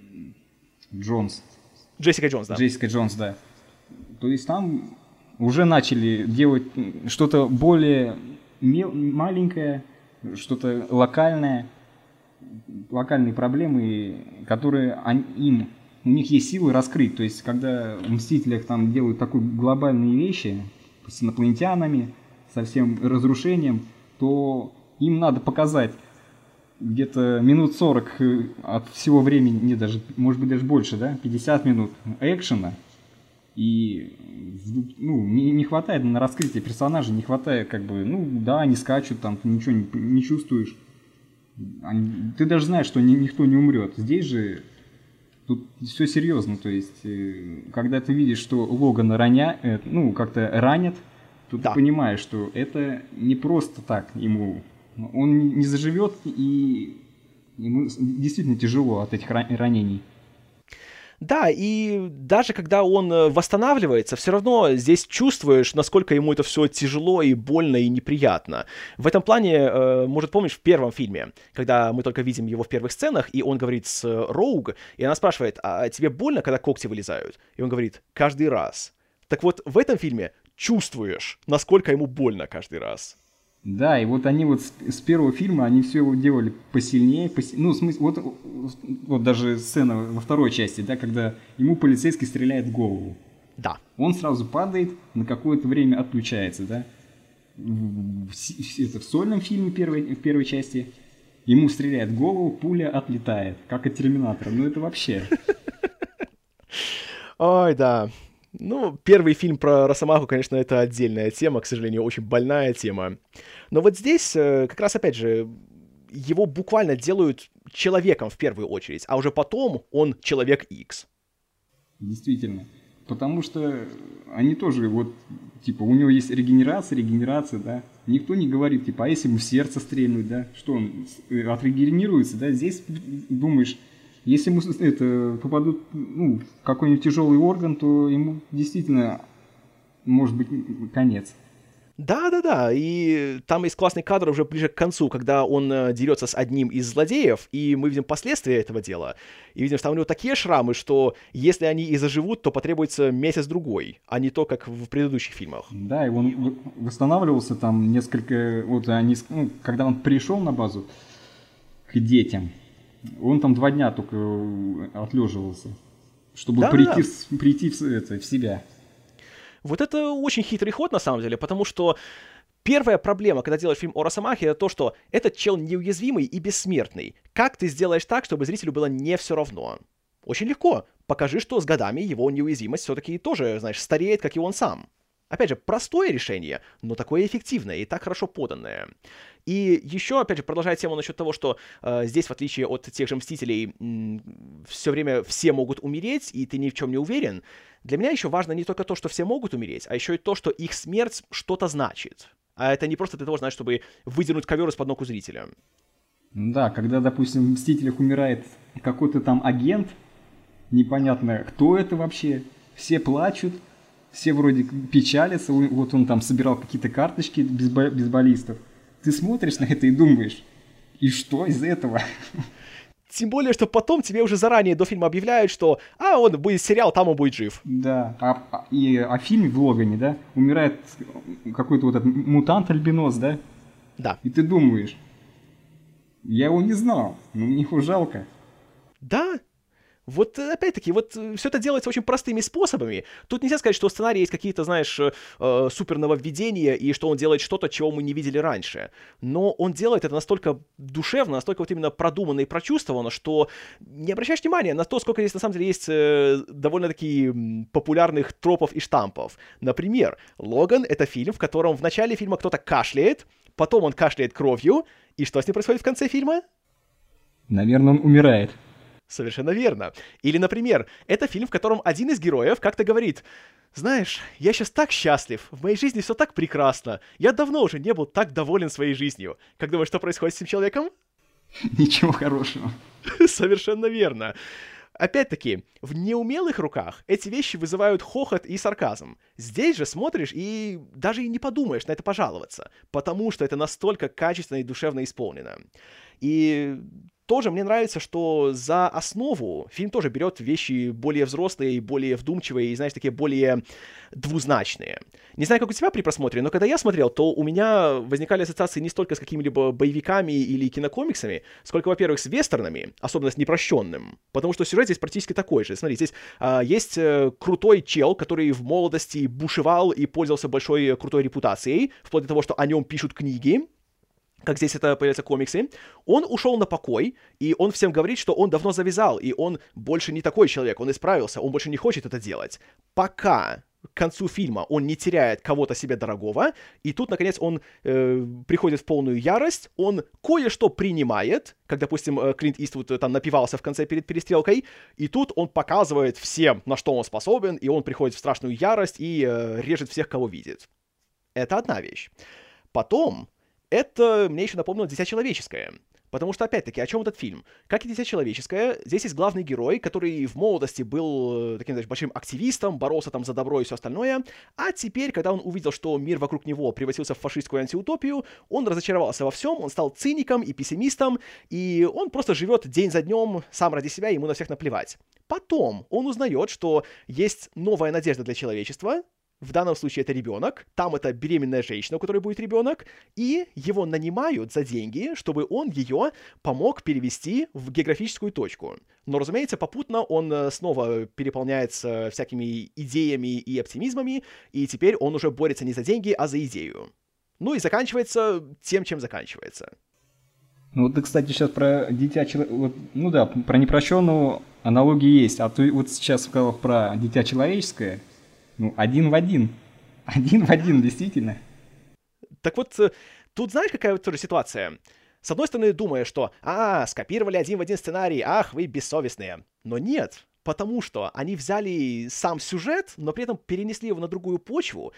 Джессика Джонс, да. То есть там уже начали делать что-то более маленькое, что-то локальное, локальные проблемы, которые у них есть силы раскрыть. То есть, когда в «Мстителях» там делают такие глобальные вещи с инопланетянами, со всем разрушением, то им надо показать где-то минут 40 от всего времени, может быть даже больше, да, 50 минут экшена. И ну, не хватает на раскрытие персонажа, не хватает как бы, ну да, они скачут, там ты ничего не чувствуешь. Ты даже знаешь, что никто не умрет. Здесь же тут все серьезно, то есть когда ты видишь, что Логана ну как-то ранят, то ты понимаешь, что это не просто так ему, он не заживет, и ему действительно тяжело от этих ранений. Да, и даже когда он восстанавливается, все равно здесь чувствуешь, насколько ему это все тяжело и больно и неприятно. В этом плане, может, помнишь, в первом фильме, когда мы только видим его в первых сценах, и он говорит с Роуг, и она спрашивает, а тебе больно, когда когти вылезают? И он говорит, каждый раз. Так вот, в этом фильме чувствуешь, насколько ему больно каждый раз. Да, и вот они вот с первого фильма, они все его делали посильнее, ну, в смысле, вот даже сцена во второй части, да, когда ему полицейский стреляет в голову. Да. Он сразу падает, на какое-то время отключается, да. Это в сольном фильме в первой части ему стреляет в голову, пуля отлетает, как от Терминатора. Ну, это вообще... Ой, да. Ну, первый фильм про Росомаху, конечно, это отдельная тема, к сожалению, очень больная тема. Но вот здесь, как раз, опять же, его буквально делают человеком в первую очередь, а уже потом он Человек Икс. Действительно. Потому что они тоже, вот, типа, у него есть регенерация, да. Никто не говорит, типа, а если ему в сердце стрельнуть, да, что он отрегенерируется, да. Здесь думаешь... Если ему попадут в какой-нибудь тяжелый орган, то ему действительно может быть конец. Да, и там есть классный кадр уже ближе к концу, когда он дерется с одним из злодеев, и мы видим последствия этого дела. И видим, что там у него такие шрамы, что если они и заживут, то потребуется месяц-другой, а не то, как в предыдущих фильмах. Да, и он восстанавливался там несколько... Вот они, когда он пришел на базу к детям, он там 2 дня только отлеживался, чтобы прийти в себя. Вот это очень хитрый ход, на самом деле, потому что первая проблема, когда делаешь фильм о Росомахе, это то, что этот чел неуязвимый и бессмертный. Как ты сделаешь так, чтобы зрителю было не все равно? Очень легко. Покажи, что с годами его неуязвимость все-таки тоже, знаешь, стареет, как и он сам. Опять же, простое решение, но такое эффективное и так хорошо поданное. И еще, опять же, продолжая тему насчет того, что здесь, в отличие от тех же «Мстителей», все время все могут умереть, и ты ни в чем не уверен, для меня еще важно не только то, что все могут умереть, а еще и то, что их смерть что-то значит. А это не просто для того, знаешь, чтобы выдернуть ковер из-под ног у зрителя. Да, когда, допустим, в «Мстителях» умирает какой-то там агент, непонятно, кто это вообще, все плачут, все вроде печалятся, вот он там собирал какие-то карточки бейсболистов. Ты смотришь на это и думаешь, и что из этого? Тем более, что потом тебе уже заранее до фильма объявляют, что он будет сериал, там он будет жив. Да, а в фильме в Логане, да, умирает какой-то вот этот мутант-альбинос, да? Да. И ты думаешь, я его не знал, но мне его жалко. Да. Вот опять-таки, вот все это делается очень простыми способами. Тут нельзя сказать, что в сценарии есть какие-то, знаешь, супер нововведения, и что он делает что-то, чего мы не видели раньше. Но он делает это настолько душевно, настолько вот именно продуманно и прочувствовано, что не обращаешь внимания на то, сколько здесь на самом деле есть довольно-таки популярных тропов и штампов. Например, «Логан» — это фильм, в котором в начале фильма кто-то кашляет, потом он кашляет кровью, и что с ним происходит в конце фильма? Наверное, он умирает. Совершенно верно. Или, например, это фильм, в котором один из героев как-то говорит: «Знаешь, я сейчас так счастлив, в моей жизни все так прекрасно, я давно уже не был так доволен своей жизнью». Как думаешь, что происходит с этим человеком? Ничего хорошего. Совершенно верно. Опять-таки, в неумелых руках эти вещи вызывают хохот и сарказм. Здесь же смотришь и даже и не подумаешь на это пожаловаться, потому что это настолько качественно и душевно исполнено. И тоже мне нравится, что за основу фильм тоже берет вещи более взрослые, более вдумчивые и, знаешь, такие более двузначные. Не знаю, как у тебя при просмотре, но когда я смотрел, то у меня возникали ассоциации не столько с какими-либо боевиками или кинокомиксами, сколько, во-первых, с вестернами, особенно с «Непрощенным», потому что сюжет здесь практически такой же. Смотри, здесь есть крутой чел, который в молодости бушевал и пользовался большой крутой репутацией, вплоть до того, что о нем пишут книги. как здесь это появляются комиксы, он ушел на покой, и он всем говорит, что он давно завязал, и он больше не такой человек, он исправился, он больше не хочет это делать. Пока к концу фильма он не теряет кого-то себе дорогого, и тут, наконец, он приходит в полную ярость, он кое-что принимает, как, допустим, Клинт Иствуд там напивался в конце перед перестрелкой, и тут он показывает всем, на что он способен, и он приходит в страшную ярость и режет всех, кого видит. Это одна вещь. Потом, это мне еще напомнило «Дитя человеческое». Потому что, опять-таки, о чем этот фильм? Как и «Дитя человеческое», здесь есть главный герой, который в молодости был таким, знаешь, большим активистом, боролся там за добро и все остальное, а теперь, когда он увидел, что мир вокруг него превратился в фашистскую антиутопию, он разочаровался во всем, он стал циником и пессимистом, и он просто живет день за днем сам ради себя, ему на всех наплевать. Потом он узнает, что есть новая надежда для человечества. В данном случае это ребенок, там это беременная женщина, у которой будет ребенок, и его нанимают за деньги, чтобы он ее помог перевести в географическую точку. Но, разумеется, попутно он снова переполняется всякими идеями и оптимизмами, и теперь он уже борется не за деньги, а за идею. Ну и заканчивается тем, чем заканчивается. Ну вот ты, кстати, сейчас про дитя человеческое, ну да, про непрощенную аналогии есть, а ты вот сейчас сказал про дитя человеческое. Ну, один в один. Один в один, действительно. Так вот, тут знаешь, какая вот тоже ситуация? С одной стороны, думаешь, что скопировали один в один сценарий, ах, вы бессовестные. Но нет, потому что они взяли сам сюжет, но при этом перенесли его на другую почву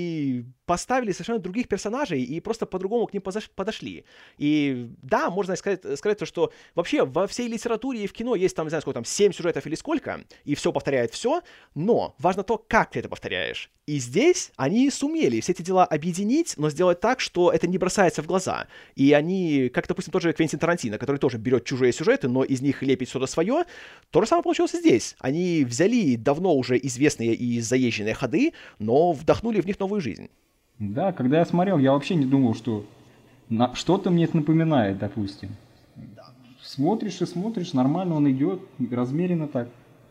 и поставили совершенно других персонажей и просто по-другому к ним подошли. И да, можно сказать то, что вообще во всей литературе и в кино есть там, не знаю, сколько там, 7 сюжетов или сколько, и все повторяет все, но важно то, как ты это повторяешь. И здесь они сумели все эти дела объединить, но сделать так, что это не бросается в глаза. И они, как, допустим, тот же Квентин Тарантино, который тоже берет чужие сюжеты, но из них лепит что-то свое, то же самое получилось и здесь. Они взяли давно уже известные и заезженные ходы, но вдохнули в них новую жизнь. Да, когда я смотрел, я вообще не думал, что что-то мне это напоминает, допустим. Да. Смотришь и смотришь, нормально он идет, размеренно так.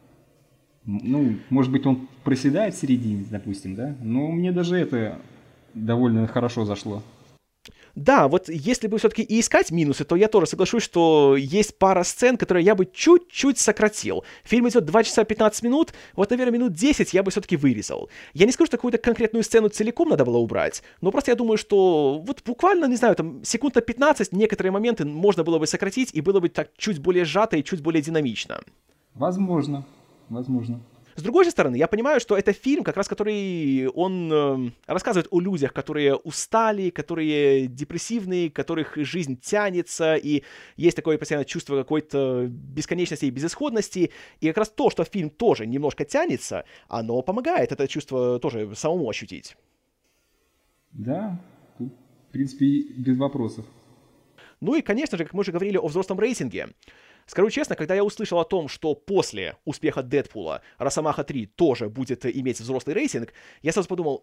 Ну, может быть, он проседает в середине, допустим, да? Но мне даже это довольно хорошо зашло. Да, вот если бы все-таки и искать минусы, то я тоже соглашусь, что есть пара сцен, которые я бы чуть-чуть сократил. Фильм идет 2 часа 15 минут, вот, наверное, минут 10 я бы все-таки вырезал. Я не скажу, что какую-то конкретную сцену целиком надо было убрать, но просто я думаю, что вот буквально, не знаю, там, секунд на 15 некоторые моменты можно было бы сократить, и было бы так чуть более сжато и чуть более динамично. Возможно. С другой же стороны, я понимаю, что это фильм, как раз который он рассказывает о людях, которые устали, которые депрессивные, которых жизнь тянется, и есть такое постоянное чувство какой-то бесконечности и безысходности. И как раз то, что фильм тоже немножко тянется, оно помогает это чувство тоже самому ощутить. Да, тут, в принципе, без вопросов. Ну и, конечно же, как мы уже говорили о взрослом рейтинге. Скажу честно, когда я услышал о том, что после успеха Дэдпула Росомаха 3 тоже будет иметь взрослый рейтинг, я сразу подумал,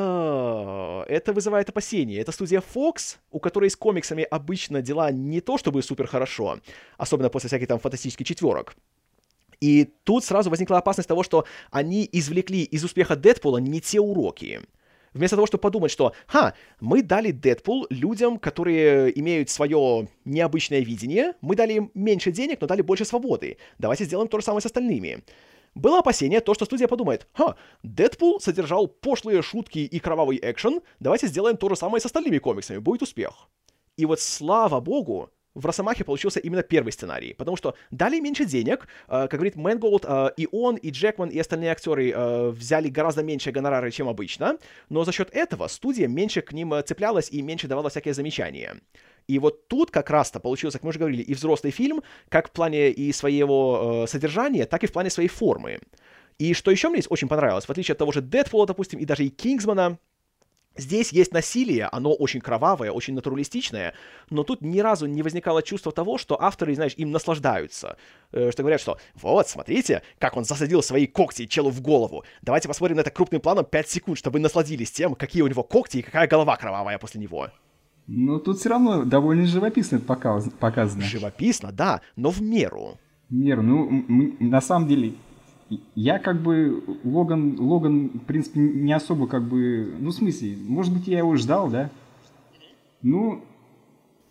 это вызывает опасения. Это студия Fox, у которой с комиксами обычно дела не то чтобы супер хорошо, особенно после всяких там фантастических четверок. И тут сразу возникла опасность того, что они извлекли из успеха Дэдпула не те уроки. Вместо того, чтобы подумать, что мы дали Дэдпул людям, которые имеют свое необычное видение, мы дали им меньше денег, но дали больше свободы. Давайте сделаем то же самое с остальными. Было опасение, то, что студия подумает, Дэдпул содержал пошлые шутки и кровавый экшен, давайте сделаем то же самое с остальными комиксами, будет успех. И вот слава богу, в Росомахе получился именно первый сценарий, потому что дали меньше денег, как говорит Мэнголд, и он, и Джекман, и остальные актеры взяли гораздо меньше гонорары, чем обычно, но за счет этого студия меньше к ним цеплялась и меньше давала всякие замечания. И вот тут как раз-то получился, как мы уже говорили, и взрослый фильм, как в плане и своего содержания, так и в плане своей формы. И что еще мне здесь очень понравилось, в отличие от того же Дэдпула, допустим, и даже и Кингсмана, здесь есть насилие, оно очень кровавое, очень натуралистичное, но тут ни разу не возникало чувства того, что авторы, знаешь, им наслаждаются. Что говорят, что вот, смотрите, как он засадил свои когти челу в голову. Давайте посмотрим на это крупным планом 5 секунд, чтобы вы насладились тем, какие у него когти и какая голова кровавая после него. Но тут все равно довольно живописно это показано. Живописно, да, но в меру. В меру, на самом деле... Я как бы Логан, в принципе, не особо как бы... Ну, в смысле, может быть, я его ждал, да? Ну,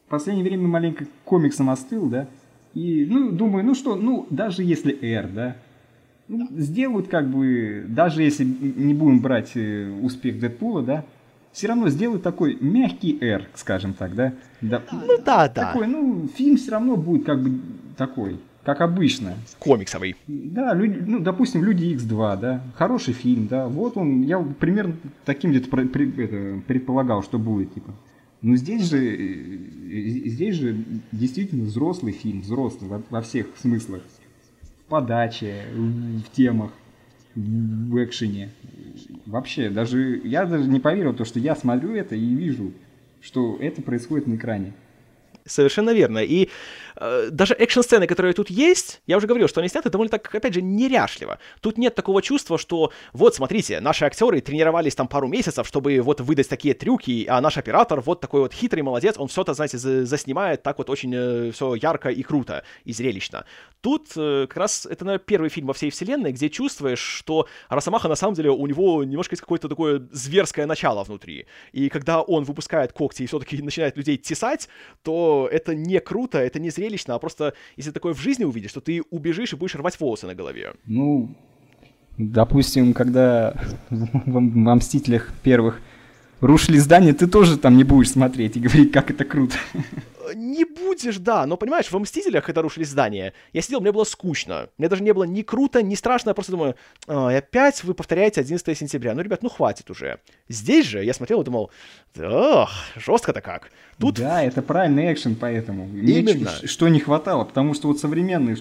в последнее время маленько к комиксам остыл, да, и, ну, думаю, ну что, ну, даже если R, да, ну, сделают как бы, даже если не будем брать успех Дэдпула, да, все равно сделают такой мягкий R, скажем так, да. Ну да, да. Такой, ну, фильм все равно будет как бы такой, как обычно. Комиксовый. Да, ну, допустим, Люди Икс 2, да, хороший фильм, да, вот он, я примерно таким где-то предполагал, что будет, типа. Но здесь же действительно взрослый фильм, взрослый во всех смыслах. В подаче, в темах, в экшене. Вообще, я даже не поверил в то, что я смотрю это и вижу, что это происходит на экране. Совершенно верно. И даже экшн-сцены, которые тут есть, я уже говорил, что они сняты довольно так, опять же, неряшливо. Тут нет такого чувства, что вот, смотрите, наши актеры тренировались там пару месяцев, чтобы вот выдать такие трюки, а наш оператор вот такой вот хитрый молодец, он все это, знаете, заснимает так вот очень все ярко и круто, и зрелищно. Тут как раз это, наверное, первый фильм во всей вселенной, где чувствуешь, что Росомаха на самом деле у него немножко есть какое-то такое зверское начало внутри. И когда он выпускает когти и все-таки начинает людей тесать, то это не круто, это не зрелищно, а просто если такое в жизни увидишь, то ты убежишь и будешь рвать волосы на голове. Ну, допустим, когда во «Мстителях» первых рушили здание, ты тоже там не будешь смотреть и говорить, как это круто. Не будешь, да, но понимаешь, в «Мстителях», когда рушили здание, я сидел, мне было скучно. Мне даже не было ни круто, ни страшно, я просто думаю, опять вы повторяете 11 сентября. Ну, ребят, ну хватит уже. Здесь же я смотрел и думал, ох, жестко-то как. Тут... Да, это правильный экшен, поэтому. Именно. Что не хватало, потому что вот современные,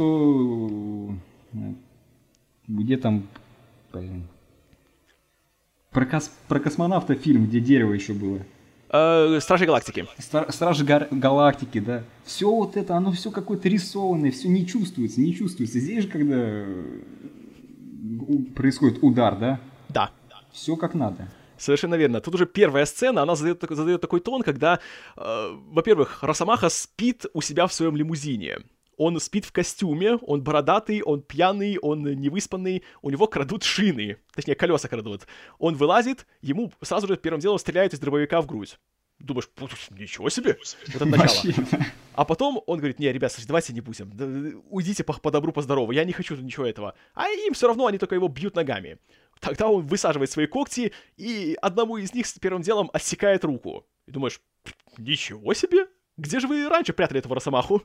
где там, блин, про космонавта фильм, где дерево еще было. Стражи Галактики. Стражи Галактики, да. Все вот это, оно все какое-то рисованное, все не чувствуется. Здесь же, когда происходит удар, да? Да. Все как надо. Совершенно верно. Тут уже первая сцена, она задает такой тон, когда, во-первых, Росомаха спит у себя в своем лимузине. Он спит в костюме, он бородатый, он пьяный, он невыспанный, у него крадут шины, точнее, колеса крадут. Он вылазит, ему сразу же первым делом стреляют из дробовика в грудь. Думаешь, ничего себе, вот это начало. А потом он говорит, не, ребят, слушайте, давайте не будем, уйдите по добру, по здорову, я не хочу ничего этого. А им все равно, они только его бьют ногами. Тогда он высаживает свои когти и одному из них первым делом отсекает руку. И думаешь, ничего себе, где же вы раньше прятали этого Росомаху?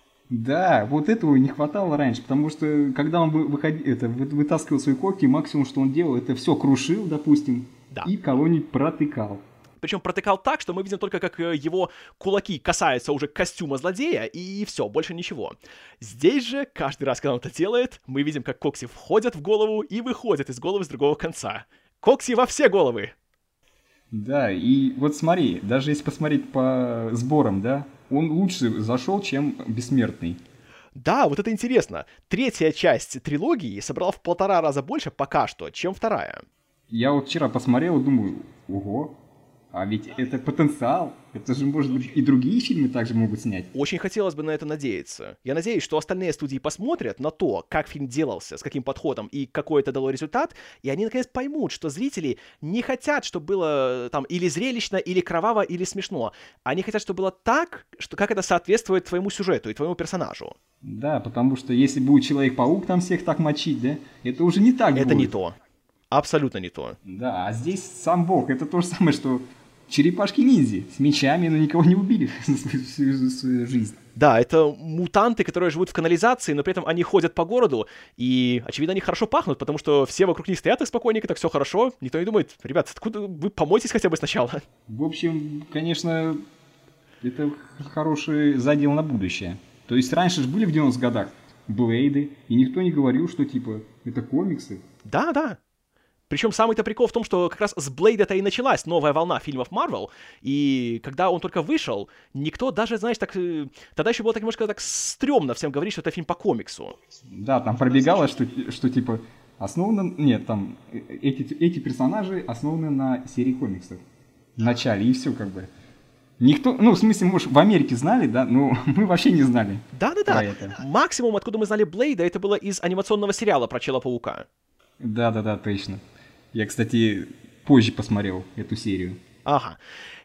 Да, вот этого не хватало раньше, потому что когда он вытаскивал свои когти, максимум, что он делал, это все крушил, допустим, да. И кого-нибудь протыкал. Причем протыкал так, что мы видим только, как его кулаки касаются уже костюма злодея, и все, больше ничего. Здесь же, каждый раз, когда он это делает, мы видим, как когти входят в голову и выходят из головы с другого конца. Когти во все головы! Да, и вот смотри, даже если посмотреть по сборам, да, он лучше зашел, чем «Бессмертный». Да, вот это интересно. Третья часть трилогии собрала в 1,5 раза больше пока что, чем вторая. Я вот вчера посмотрел и думаю, ого, а ведь это потенциал. Это же, может быть, и другие фильмы также могут снять. Очень хотелось бы на это надеяться. Я надеюсь, что остальные студии посмотрят на то, как фильм делался, с каким подходом и какой это дало результат, и они наконец поймут, что зрители не хотят, чтобы было там или зрелищно, или кроваво, или смешно. Они хотят, чтобы было так, что как это соответствует твоему сюжету и твоему персонажу. Да, потому что если будет Человек-паук там всех так мочить, да, это уже не так будет. Это не то. Абсолютно не то. Да, а здесь сам Бог. Это то же самое, что черепашки-ниндзя с мечами, но никого не убили всю свою жизнь. Да, это мутанты, которые живут в канализации, но при этом они ходят по городу, и, очевидно, они хорошо пахнут, потому что все вокруг них стоят и спокойненько, так все хорошо. Никто не думает, ребят, откуда вы помойтесь хотя бы сначала? В общем, конечно, это хороший задел на будущее. То есть раньше же были в 90-х годах Блейды, и никто не говорил, что типа это комиксы. Да, да. Причем самый-то прикол в том, что как раз с Блейда-то и началась новая волна фильмов Marvel, и когда он только вышел, никто даже, знаешь, так... Тогда еще было так немножко так стрёмно всем говорить, что это фильм по комиксу. Да, там пробегалось, что типа основано... Нет, там эти персонажи основаны на серии комиксов в начале, и все как бы. Никто, ну, в смысле, может, в Америке знали, да, но мы вообще не знали. Да-да-да. Максимум, откуда мы знали Блейда, это было из анимационного сериала про Человека-паука. Да-да-да, точно. Я, кстати, позже посмотрел эту серию. Ага.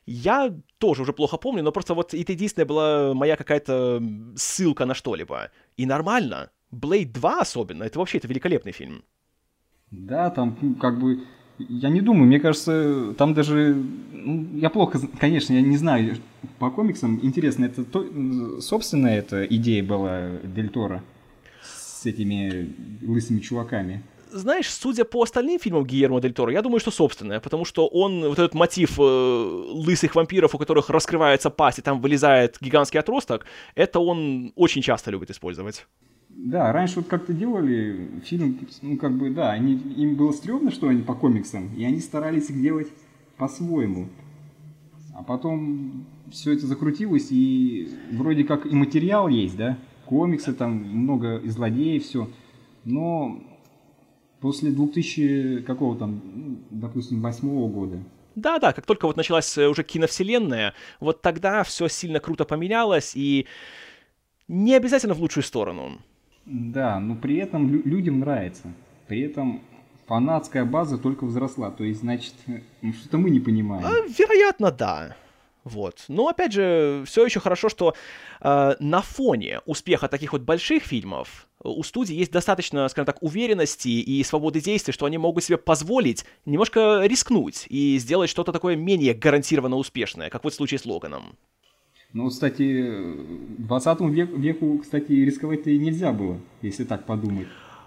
Я тоже уже плохо помню, но просто вот это единственная была моя какая-то ссылка на что-либо. И нормально. Blade 2 особенно, это вообще это великолепный фильм. Да, там как бы... Я не думаю, мне кажется, там даже... Ну, я плохо... Конечно, я не знаю по комиксам. Интересно, это собственная эта идея была Дель Торо с этими лысыми чуваками? Знаешь, судя по остальным фильмам Гильермо Дель Торо, я думаю, что собственное, потому что он, вот этот мотив лысых вампиров, у которых раскрывается пасть, и там вылезает гигантский отросток, это он очень часто любит использовать. Да, раньше вот как-то делали фильм, ну как бы, да, им было стрёмно, что они по комиксам, и они старались их делать по-своему. А потом все это закрутилось, и вроде как и материал есть, да, комиксы, там много и злодеев, все, но после 2000 какого там, допустим, 2008 года. Да-да, как только вот началась уже киновселенная, вот тогда все сильно круто поменялось, и не обязательно в лучшую сторону. Да, но при этом людям нравится. При этом фанатская база только возросла. То есть, значит, что-то мы не понимаем. Вероятно, да. Вот. Но, опять же, все еще хорошо, что на фоне успеха таких вот больших фильмов у студии есть достаточно, скажем так, уверенности и свободы действий, что они могут себе позволить немножко рискнуть и сделать что-то такое менее гарантированно успешное, как вот в случае с Логаном. Ну, кстати, 20 веку, кстати, рисковать-то и нельзя было, если так подумать.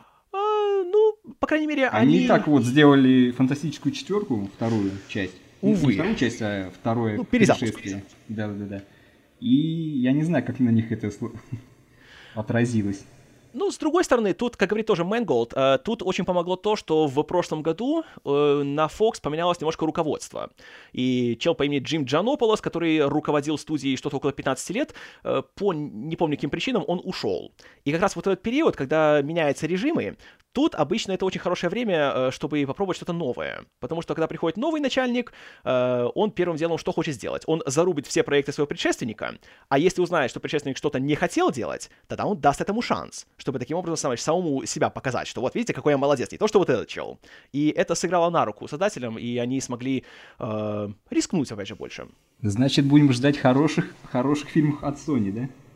Ну, по крайней мере, Они так вот сделали фантастическую четверку, вторую часть. Увы. Не вторую часть, а второе перезапуск. пришествие. Да. И я не знаю, как на них это отразилось. Ну, с другой стороны, тут, как говорит тоже Мэнголд, тут очень помогло то, что в прошлом году на Fox поменялось немножко руководство. И чел по имени Джим Джанополос, который руководил студией что-то около 15 лет, по не помню каким причинам, он ушел. И как раз вот этот период, когда меняются режимы, тут обычно это очень хорошее время, чтобы попробовать что-то новое. Потому что, когда приходит новый начальник, он первым делом что хочет сделать? Он зарубит все проекты своего предшественника, а если узнает, что предшественник что-то не хотел делать, тогда он даст этому шанс, чтобы таким образом самому себя показать, что вот видите, какой я молодец, не то, что вот этот чел. И это сыграло на руку создателям, и они смогли рискнуть, опять же, больше. Значит, будем ждать хороших фильмов от Sony,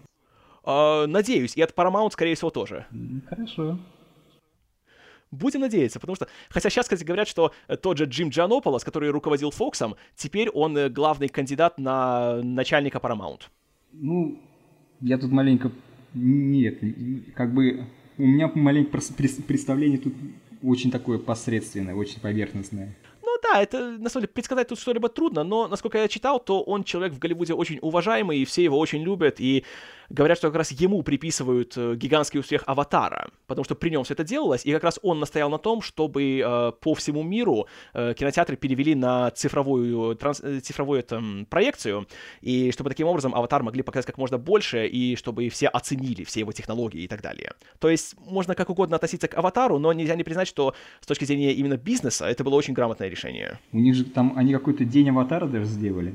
да? Надеюсь, и от Paramount, скорее всего, тоже. Хорошо. Будем надеяться, потому что... Хотя сейчас, кстати, говорят, что тот же Джим Джанополос, который руководил Фоксом, теперь он главный кандидат на начальника Paramount. Ну, я тут маленько... Нет, как бы... У меня маленько представление тут очень такое посредственное, очень поверхностное. Ну да, это, на самом деле, предсказать тут что-либо трудно, но, насколько я читал, то он человек в Голливуде очень уважаемый, и все его очень любят, и говорят, что как раз ему приписывают гигантский успех «Аватара», потому что при нем все это делалось, и как раз он настоял на том, чтобы по всему миру кинотеатры перевели на цифровую проекцию, и чтобы таким образом «Аватар» могли показать как можно больше, и чтобы все оценили все его технологии и так далее. То есть можно как угодно относиться к «Аватару», но нельзя не признать, что с точки зрения именно бизнеса это было очень грамотное решение. У них же там, они какой-то день «Аватара» даже сделали.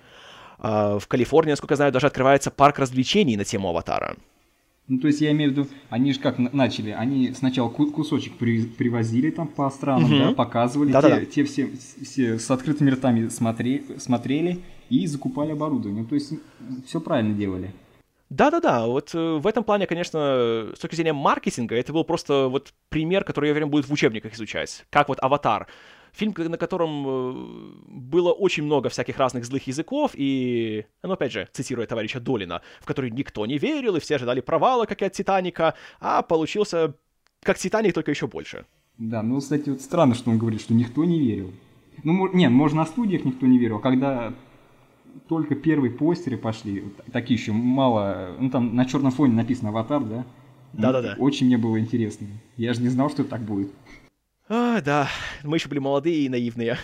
В Калифорнии, насколько я знаю, даже открывается парк развлечений на тему «Аватара». Ну, то есть я имею в виду, они же как начали, они сначала кусочек привозили там по странам, да, показывали, те все с открытыми ртами смотрели и закупали оборудование. То есть все правильно делали. Да-да-да, вот в этом плане, конечно, с точки зрения маркетинга, это был просто вот пример, который, я уверен, будет в учебниках изучать. Как вот «Аватар». Фильм, на котором было очень много всяких разных злых языков, и, ну, опять же, цитируя товарища Долина, в который никто не верил, и все ожидали провала, как и от «Титаника», а получился как «Титаник», только еще больше. Да, ну, кстати, вот странно, что он говорит, что никто не верил. Ну, нет, может, на студиях никто не верил, а когда только первые постеры пошли, такие еще мало, ну, там на черном фоне написано «Аватар», да? Да-да-да. Очень мне было интересно. Я же не знал, что так будет. Да, мы еще были молодые и наивные.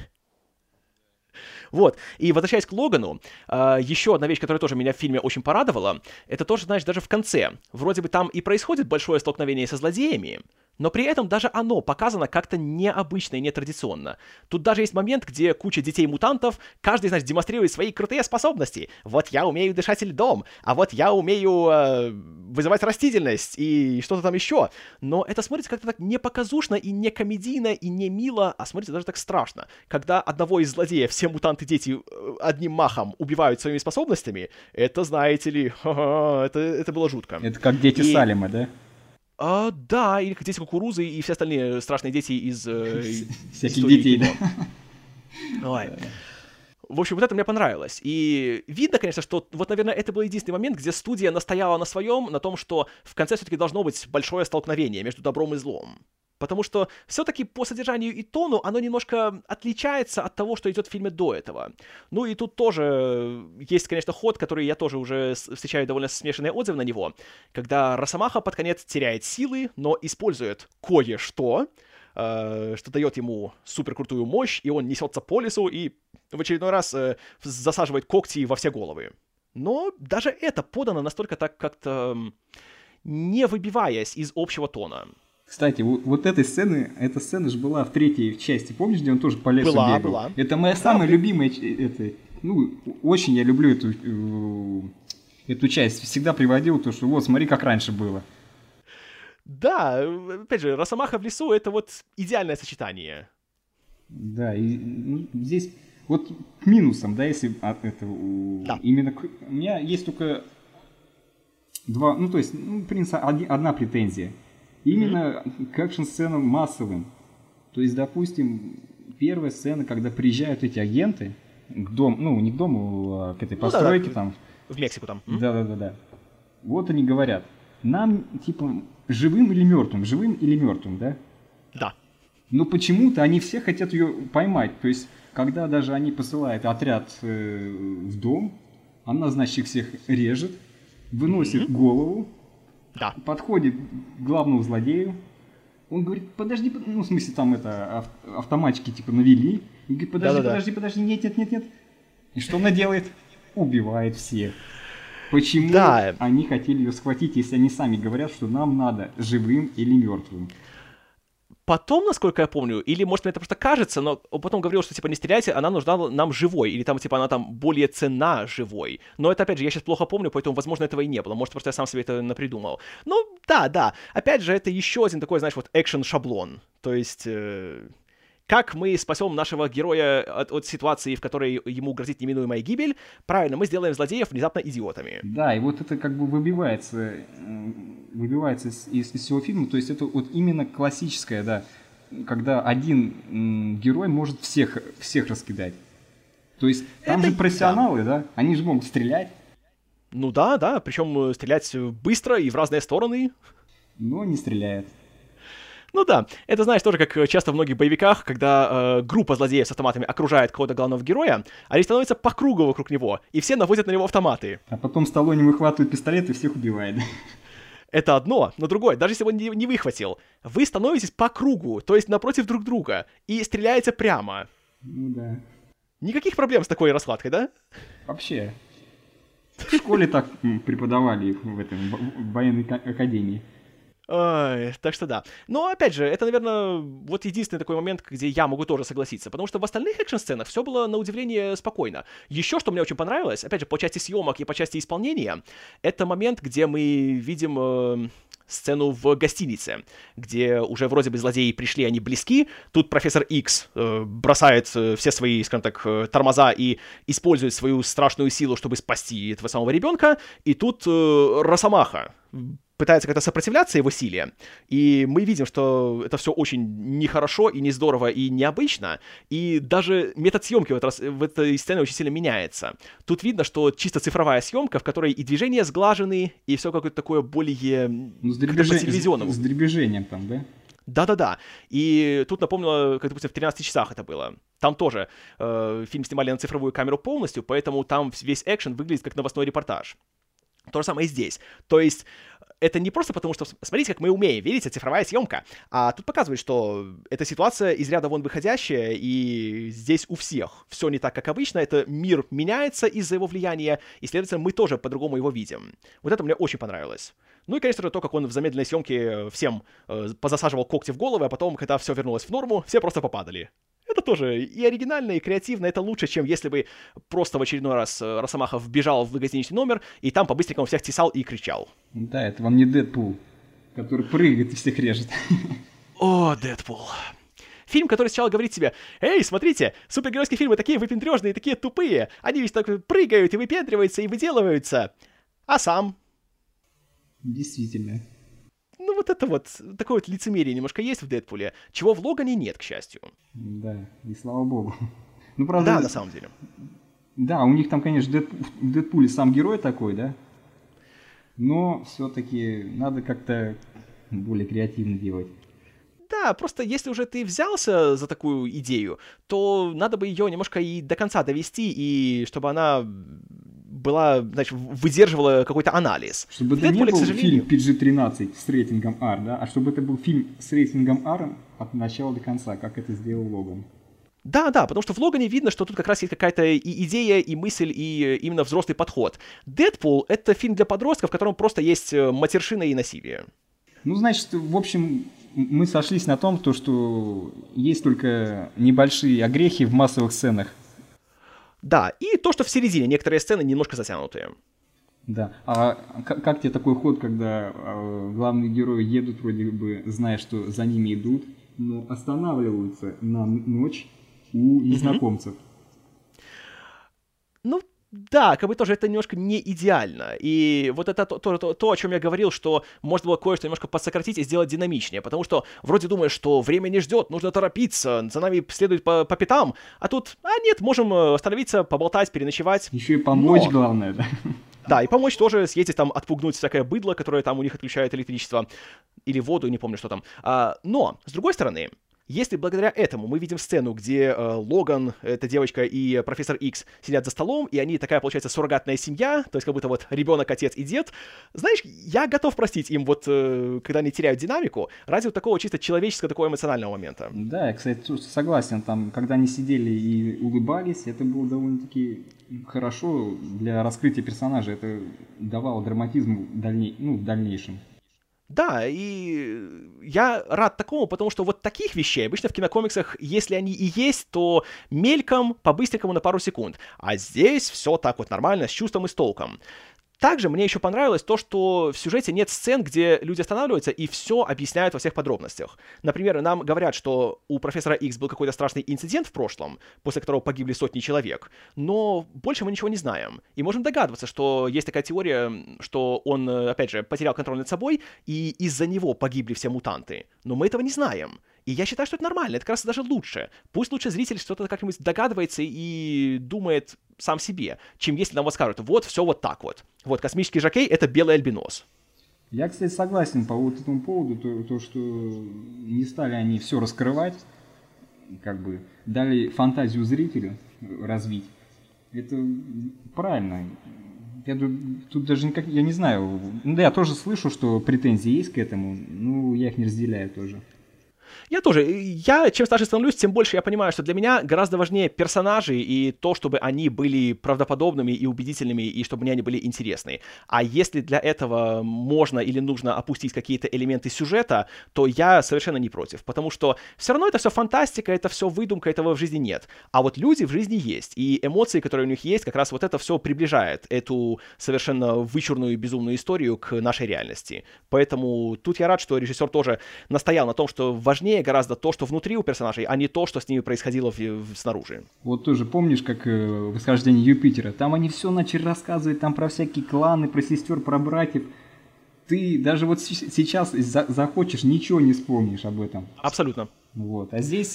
Вот, и возвращаясь к Логану, еще одна вещь, которая тоже меня в фильме очень порадовала, это тоже, знаешь, даже в конце. Вроде бы там и происходит большое столкновение со злодеями, но при этом даже оно показано как-то необычно и нетрадиционно. Тут даже есть момент, где куча детей-мутантов, каждый, значит, демонстрирует свои крутые способности. Вот я умею дышать льдом, а вот я умею вызывать растительность и что-то там еще. Но это смотрится как-то так не показушно и не комедийно и не мило, а смотрится даже так страшно. Когда одного из злодеев все мутанты-дети одним махом убивают своими способностями, это, знаете ли, это было жутко. Это как дети Салема, да? Да, или как дети кукурузы и все остальные страшные дети из... Всяких детей, да? Ой. В общем, вот это мне понравилось. И видно, конечно, что вот, наверное, это был единственный момент, где студия настояла на своем, на том, что в конце все-таки должно быть большое столкновение между добром и злом. Потому что все-таки по содержанию и тону оно немножко отличается от того, что идет в фильме до этого. Ну и тут тоже есть, конечно, ход, который я тоже уже встречаю довольно смешанные отзывы на него, когда Росомаха под конец теряет силы, но использует кое-что, что дает ему суперкрутую мощь, и он несется по лесу и в очередной раз засаживает когти во все головы. Но даже это подано настолько так как-то не выбиваясь из общего тона. Кстати, вот эта сцена же была в третьей части, помнишь, где он тоже по лесу бегал? Была. Это моя самая любимая, очень я люблю эту часть, всегда приводил то, что вот, смотри, как раньше было. Да, опять же, Росомаха в лесу — это вот идеальное сочетание. Да, и здесь вот к минусам, да, если от этого, именно у меня есть только два, в принципе, одна претензия. Именно к экшн-сценам массовым. То есть, допустим, первая сцена, когда приезжают эти агенты к дому, не к дому, а к этой постройке там. В Мексику там. Да. Вот они говорят, нам, типа, живым или мертвым, да? Да. Но почему-то они все хотят ее поймать. То есть, когда даже они посылают отряд в дом, она, значит, их всех режет, выносит голову, да. Подходит к главному злодею. Он говорит, подожди, в смысле, там автоматчики типа навели. И говорит, подожди, нет. И что она делает? Убивает всех. Почему они хотели ее схватить, если они сами говорят, что нам надо живым или мертвым? Потом, насколько я помню, или, может, мне это просто кажется, но он потом говорил, что, типа, не стреляйте, она нужна нам живой, или там, типа, она там более ценна живой. Но это, опять же, я сейчас плохо помню, поэтому, возможно, этого и не было. Может, просто я сам себе это напридумал. Ну, да. Опять же, это еще один такой, знаешь, вот экшен-шаблон. То есть... Как мы спасем нашего героя от ситуации, в которой ему грозит неминуемая гибель? Правильно, мы сделаем злодеев внезапно идиотами. Да, и вот это как бы выбивается из всего фильма. То есть это вот именно классическое, да, когда один герой может всех раскидать. То есть там же профессионалы, да, они же могут стрелять. Ну да, причем стрелять быстро и в разные стороны. Но не стреляют. Ну да, это, знаешь, тоже как часто в многих боевиках, когда группа злодеев с автоматами окружает какого-то главного героя, они становятся по кругу вокруг него, и все наводят на него автоматы. А потом Сталлоне выхватывает пистолет и всех убивает. Это одно, но другое, даже если он не выхватил, вы становитесь по кругу, то есть напротив друг друга, и стреляете прямо. Ну да. Никаких проблем с такой раскладкой, да? Вообще. В школе так преподавали их в военной академии. Ой, так что да. Но, опять же, это, наверное, вот единственный такой момент, где я могу тоже согласиться, потому что в остальных экшн-сценах все было, на удивление, спокойно. Еще что мне очень понравилось, опять же, по части съемок и по части исполнения, это момент, где мы видим сцену в гостинице, где уже вроде бы злодеи пришли, они близки, тут профессор Икс бросает все свои, скажем так, тормоза и использует свою страшную силу, чтобы спасти этого самого ребенка, и тут Росомаха пытается как-то сопротивляться его силе, и мы видим, что это все очень нехорошо и не здорово и необычно, и даже метод съемки в этой сцене очень сильно меняется. Тут видно, что чисто цифровая съемка, в которой и движения сглажены, и все какое-то такое более с дребезжением там, да? Да-да-да. И тут напомнило, как, допустим, в 13 часах это было. Там тоже фильм снимали на цифровую камеру полностью, поэтому там весь экшен выглядит как новостной репортаж. То же самое и здесь. То есть это не просто потому, что смотрите, как мы умеем, видите, цифровая съемка, а тут показывает, что эта ситуация из ряда вон выходящая, и здесь у всех все не так, как обычно, это мир меняется из-за его влияния, и, следовательно, мы тоже по-другому его видим. Вот это мне очень понравилось. Ну и, конечно же, то, как он в замедленной съемке всем позасаживал когти в головы, а потом, когда все вернулось в норму, все просто попадали. Это тоже и оригинально, и креативно. Это лучше, чем если бы просто в очередной раз Росомаха вбежал в гостиничный номер и там по-быстренькому всех тесал и кричал. Да, это вам не Дэдпул, который прыгает и всех режет. О, Дэдпул. Фильм, который сначала говорит тебе: «Эй, смотрите, супергеройские фильмы такие выпендрежные, такие тупые. Они ведь так прыгают и выпендриваются и выделываются». А сам? Действительно. Ну вот это вот, такое вот лицемерие немножко есть в Дэдпуле, чего в Логане нет, к счастью. Да, и слава богу. Ну, правда, да, на самом деле. Да, у них там, конечно, в Дэдпуле сам герой такой, да? Но все-таки надо как-то более креативно делать. Да, просто если уже ты взялся за такую идею, то надо бы ее немножко и до конца довести, и чтобы она была, значит, выдерживала какой-то анализ. Чтобы это не был фильм PG-13 с рейтингом R, да, а чтобы это был фильм с рейтингом R от начала до конца, как это сделал Логан. Да, потому что в Логане видно, что тут как раз есть какая-то и идея, и мысль, и именно взрослый подход. Дэдпул — это фильм для подростков, в котором просто есть матершина и насилие. Ну, значит, в общем, мы сошлись на том, что есть только небольшие огрехи в массовых сценах. Да, и то, что в середине некоторые сцены немножко затянутые. Да, а как тебе такой ход, когда главные герои едут, вроде бы, зная, что за ними идут, но останавливаются на ночь у незнакомцев? Ну, да, как бы тоже это немножко не идеально. И вот это то, о чем я говорил, что можно было кое-что немножко подсократить и сделать динамичнее. Потому что вроде думаешь, что время не ждет, нужно торопиться, за нами следует по пятам. А тут, нет, можем остановиться, поболтать, переночевать. Еще и помочь, главное, да? Да, и помочь тоже, съездить там, отпугнуть всякое быдло, которое там у них отключает электричество. Или воду, не помню, что там. Но, с другой стороны, если благодаря этому мы видим сцену, где Логан, эта девочка, и профессор Икс сидят за столом, и они такая, получается, суррогатная семья, то есть как будто вот ребенок, отец и дед, знаешь, я готов простить им вот, когда они теряют динамику, ради вот такого чисто человеческого, такого эмоционального момента. Да, я, кстати, согласен, там, когда они сидели и улыбались, это было довольно-таки хорошо для раскрытия персонажа, это давало драматизм в дальнейшем. Да, и я рад такому, потому что вот таких вещей обычно в кинокомиксах, если они и есть, то мельком, по-быстренькому на пару секунд. А здесь все так вот нормально, с чувством и с толком. Также мне еще понравилось то, что в сюжете нет сцен, где люди останавливаются и все объясняют во всех подробностях. Например, нам говорят, что у профессора Икс был какой-то страшный инцидент в прошлом, после которого погибли сотни человек, но больше мы ничего не знаем. И можем догадываться, что есть такая теория, что он, опять же, потерял контроль над собой, и из-за него погибли все мутанты. Но мы этого не знаем. И я считаю, что это нормально, это как раз даже лучше. Пусть лучше зритель что-то как-нибудь догадывается и думает сам себе, чем если нам вот скажут: вот, все вот так вот. Вот, космический жокей — это белый альбинос. Я, кстати, согласен по вот этому поводу, то, что не стали они все раскрывать, как бы дали фантазию зрителю развить. Это правильно. Я тут даже никак, я не знаю, да, я тоже слышу, что претензии есть к этому, но я их не разделяю тоже. Я тоже. Чем старше становлюсь, тем больше я понимаю, что для меня гораздо важнее персонажи и то, чтобы они были правдоподобными и убедительными, и чтобы они были интересны. А если для этого можно или нужно опустить какие-то элементы сюжета, то я совершенно не против. Потому что все равно это все фантастика, это все выдумка, этого в жизни нет. А вот люди в жизни есть. И эмоции, которые у них есть, как раз вот это все приближает эту совершенно вычурную и безумную историю к нашей реальности. Поэтому тут я рад, что режиссер тоже настоял на том, что важнее гораздо то, что внутри у персонажей, а не то, что с ними происходило снаружи. Вот тоже помнишь, как восхождение Юпитера? Там они все начали рассказывать там про всякие кланы, про сестер, про братьев. Ты даже вот сейчас захочешь, ничего не вспомнишь об этом. Абсолютно. Вот. А здесь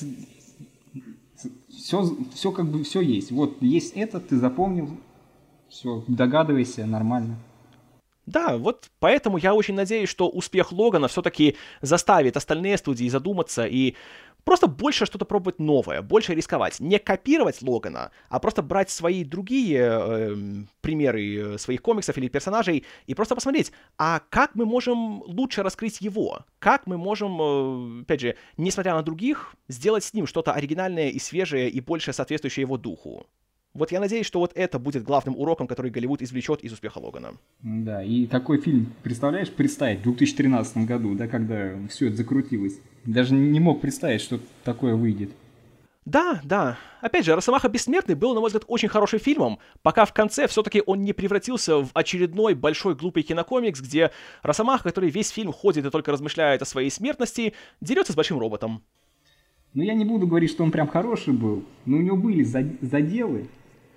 все как бы все есть. Вот есть это, ты запомнил, все, догадывайся, нормально. Да, вот поэтому я очень надеюсь, что успех Логана все-таки заставит остальные студии задуматься и просто больше что-то пробовать новое, больше рисковать. Не копировать Логана, а просто брать свои другие примеры своих комиксов или персонажей и просто посмотреть, а как мы можем лучше раскрыть его? Как мы можем, опять же, несмотря на других, сделать с ним что-то оригинальное и свежее и больше соответствующее его духу? Вот я надеюсь, что вот это будет главным уроком, который Голливуд извлечет из успеха Логана. Да, и такой фильм, представляешь, представить в 2013 году, да, когда все это закрутилось. Даже не мог представить, что такое выйдет. Да, да. Опять же, «Росомаха Бессмертный» был, на мой взгляд, очень хорошим фильмом, пока в конце все-таки он не превратился в очередной большой глупый кинокомикс, где Росомаха, который весь фильм ходит и только размышляет о своей смертности, дерется с большим роботом. Ну, я не буду говорить, что он прям хороший был, но у него были заделы.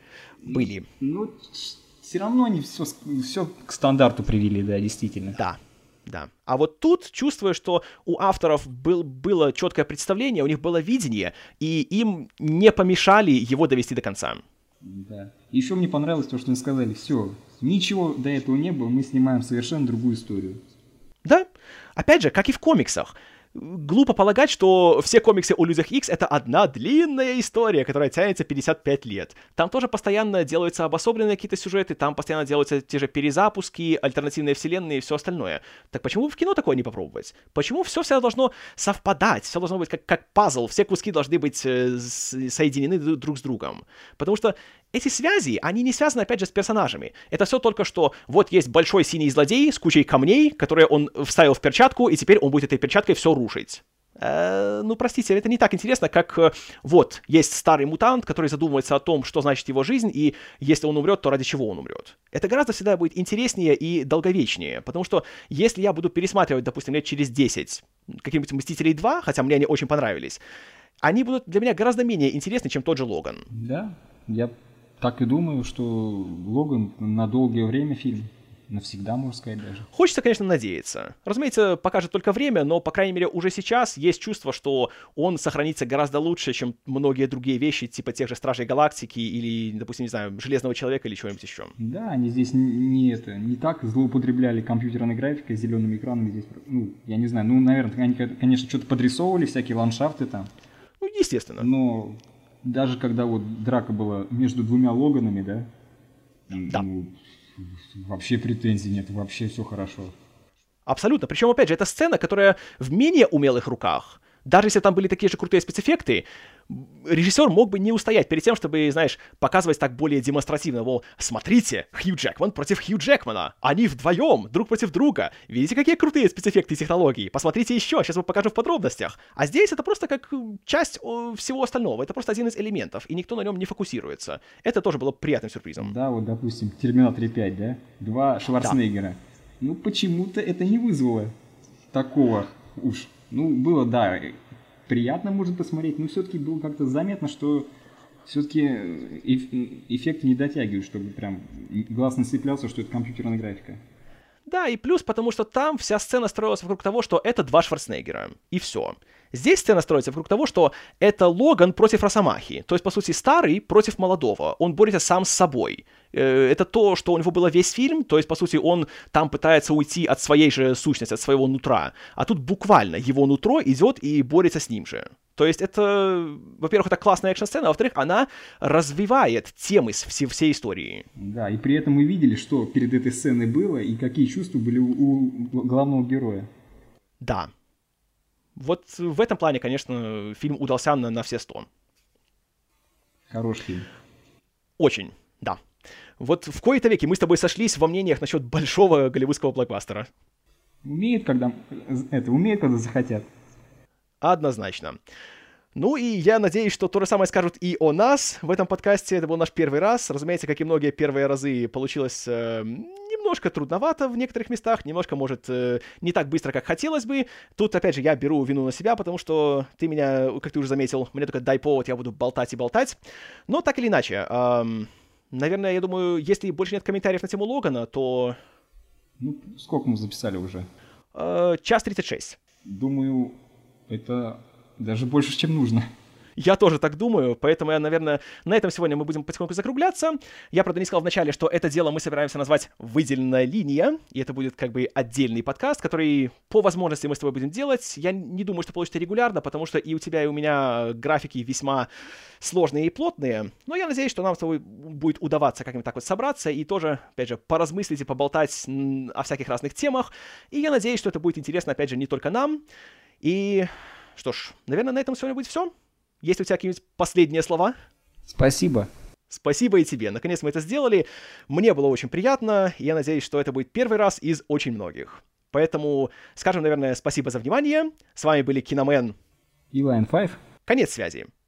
Были. Но все равно они все к стандарту привели, да, действительно. Да. А вот тут чувствую, что у авторов было четкое представление, у них было видение, и им не помешали его довести до конца. Да. Еще мне понравилось то, что они сказали, все, ничего до этого не было, мы снимаем совершенно другую историю. Да. Опять же, как и в комиксах. Глупо полагать, что все комиксы о Людях Икс — это одна длинная история, которая тянется 55 лет. Там тоже постоянно делаются обособленные какие-то сюжеты, там постоянно делаются те же перезапуски, альтернативные вселенные и все остальное. Так почему бы в кино такое не попробовать? Почему все всегда должно совпадать, все должно быть как пазл, все куски должны быть соединены друг с другом? Потому что эти связи, они не связаны, опять же, с персонажами. Это все только что вот есть большой синий злодей с кучей камней, которые он вставил в перчатку, и теперь он будет этой перчаткой все рушить. Ну, простите, это не так интересно, как вот есть старый мутант, который задумывается о том, что значит его жизнь, и если он умрет, то ради чего он умрет. Это гораздо всегда будет интереснее и долговечнее, потому что если я буду пересматривать, допустим, лет через 10 каких-нибудь «Мстителей 2», хотя мне они очень понравились, они будут для меня гораздо менее интересны, чем тот же «Логан». Да, я так и думаю, что «Логан» на долгое время фильм. Навсегда, можно сказать, даже. Хочется, конечно, надеяться. Разумеется, покажет только время, но, по крайней мере, уже сейчас есть чувство, что он сохранится гораздо лучше, чем многие другие вещи, типа тех же «Стражей Галактики» или, допустим, не знаю, «Железного человека» или чего-нибудь еще. Да, они здесь не так злоупотребляли компьютерной графикой, зелеными экранами здесь. Ну, я не знаю, наверное, они, конечно, что-то подрисовывали, всякие ландшафты там. Ну, естественно. Но даже когда вот драка была между двумя Логанами, да? Да. Вообще претензий нет, вообще все хорошо. Абсолютно. Причем, опять же, это сцена, которая в менее умелых руках. Даже если там были такие же крутые спецэффекты, режиссер мог бы не устоять перед тем, чтобы, знаешь, показывать так более демонстративно. Мол, смотрите, Хью Джекман против Хью Джекмана. Они вдвоем, друг против друга. Видите, какие крутые спецэффекты и технологии? Посмотрите еще, сейчас я покажу в подробностях. А здесь это просто как часть всего остального. Это просто один из элементов, и никто на нем не фокусируется. Это тоже было приятным сюрпризом. Да, вот, допустим, в «Терминаторе 5», да? Два Шварценеггера. Да. Ну, почему-то это не вызвало такого уж. Ну, было, да, приятно, может, посмотреть, но все-таки было как-то заметно, что все-таки эффекты не дотягивают, чтобы прям глаз нацеплялся, что это компьютерная графика. Да, и плюс, потому что там вся сцена строилась вокруг того, что это два Шварценеггера, и все. Здесь сцена строится вокруг того, что это Логан против Росомахи, то есть, по сути, старый против молодого, он борется сам с собой. Это то, что у него было весь фильм, то есть, по сути, он там пытается уйти от своей же сущности, от своего нутра, а тут буквально его нутро идет и борется с ним же. То есть это, во-первых, это классная экшн-сцена, а во-вторых, она развивает темы всей истории. Да, и при этом мы видели, что перед этой сценой было и какие чувства были у главного героя. Да. Вот в этом плане, конечно, фильм удался на все 100. Хороший фильм. Очень, да. Вот в кои-то веки мы с тобой сошлись во мнениях насчет большого голливудского блокбастера. Умеют, когда захотят. Однозначно. Ну и я надеюсь, что то же самое скажут и о нас в этом подкасте. Это был наш первый раз. Разумеется, как и многие первые разы, получилось немножко трудновато в некоторых местах, немножко, может, не так быстро, как хотелось бы. Тут, опять же, я беру вину на себя, потому что ты меня, как ты уже заметил, мне только дай повод, я буду болтать и болтать. Но так или иначе, наверное, я думаю, если больше нет комментариев на тему Логана, то... Ну, сколько мы записали уже? Час 36. Думаю, это даже больше, чем нужно. Я тоже так думаю, поэтому, наверное, на этом сегодня мы будем потихоньку закругляться. Я, правда, не сказал вначале, что это дело мы собираемся назвать «Выделенная линия», и это будет как бы отдельный подкаст, который по возможности мы с тобой будем делать. Я не думаю, что получится регулярно, потому что и у тебя, и у меня графики весьма сложные и плотные, но я надеюсь, что нам с тобой будет удаваться как-нибудь так вот собраться и тоже, опять же, поразмыслить и поболтать о всяких разных темах, и я надеюсь, что это будет интересно, опять же, не только нам. И что ж, наверное, на этом сегодня будет все. Есть у тебя какие-нибудь последние слова? Спасибо. Спасибо и тебе. Наконец мы это сделали. Мне было очень приятно, и я надеюсь, что это будет первый раз из очень многих. Поэтому скажем, наверное, спасибо за внимание. С вами были Киномен и Line 5. Конец связи.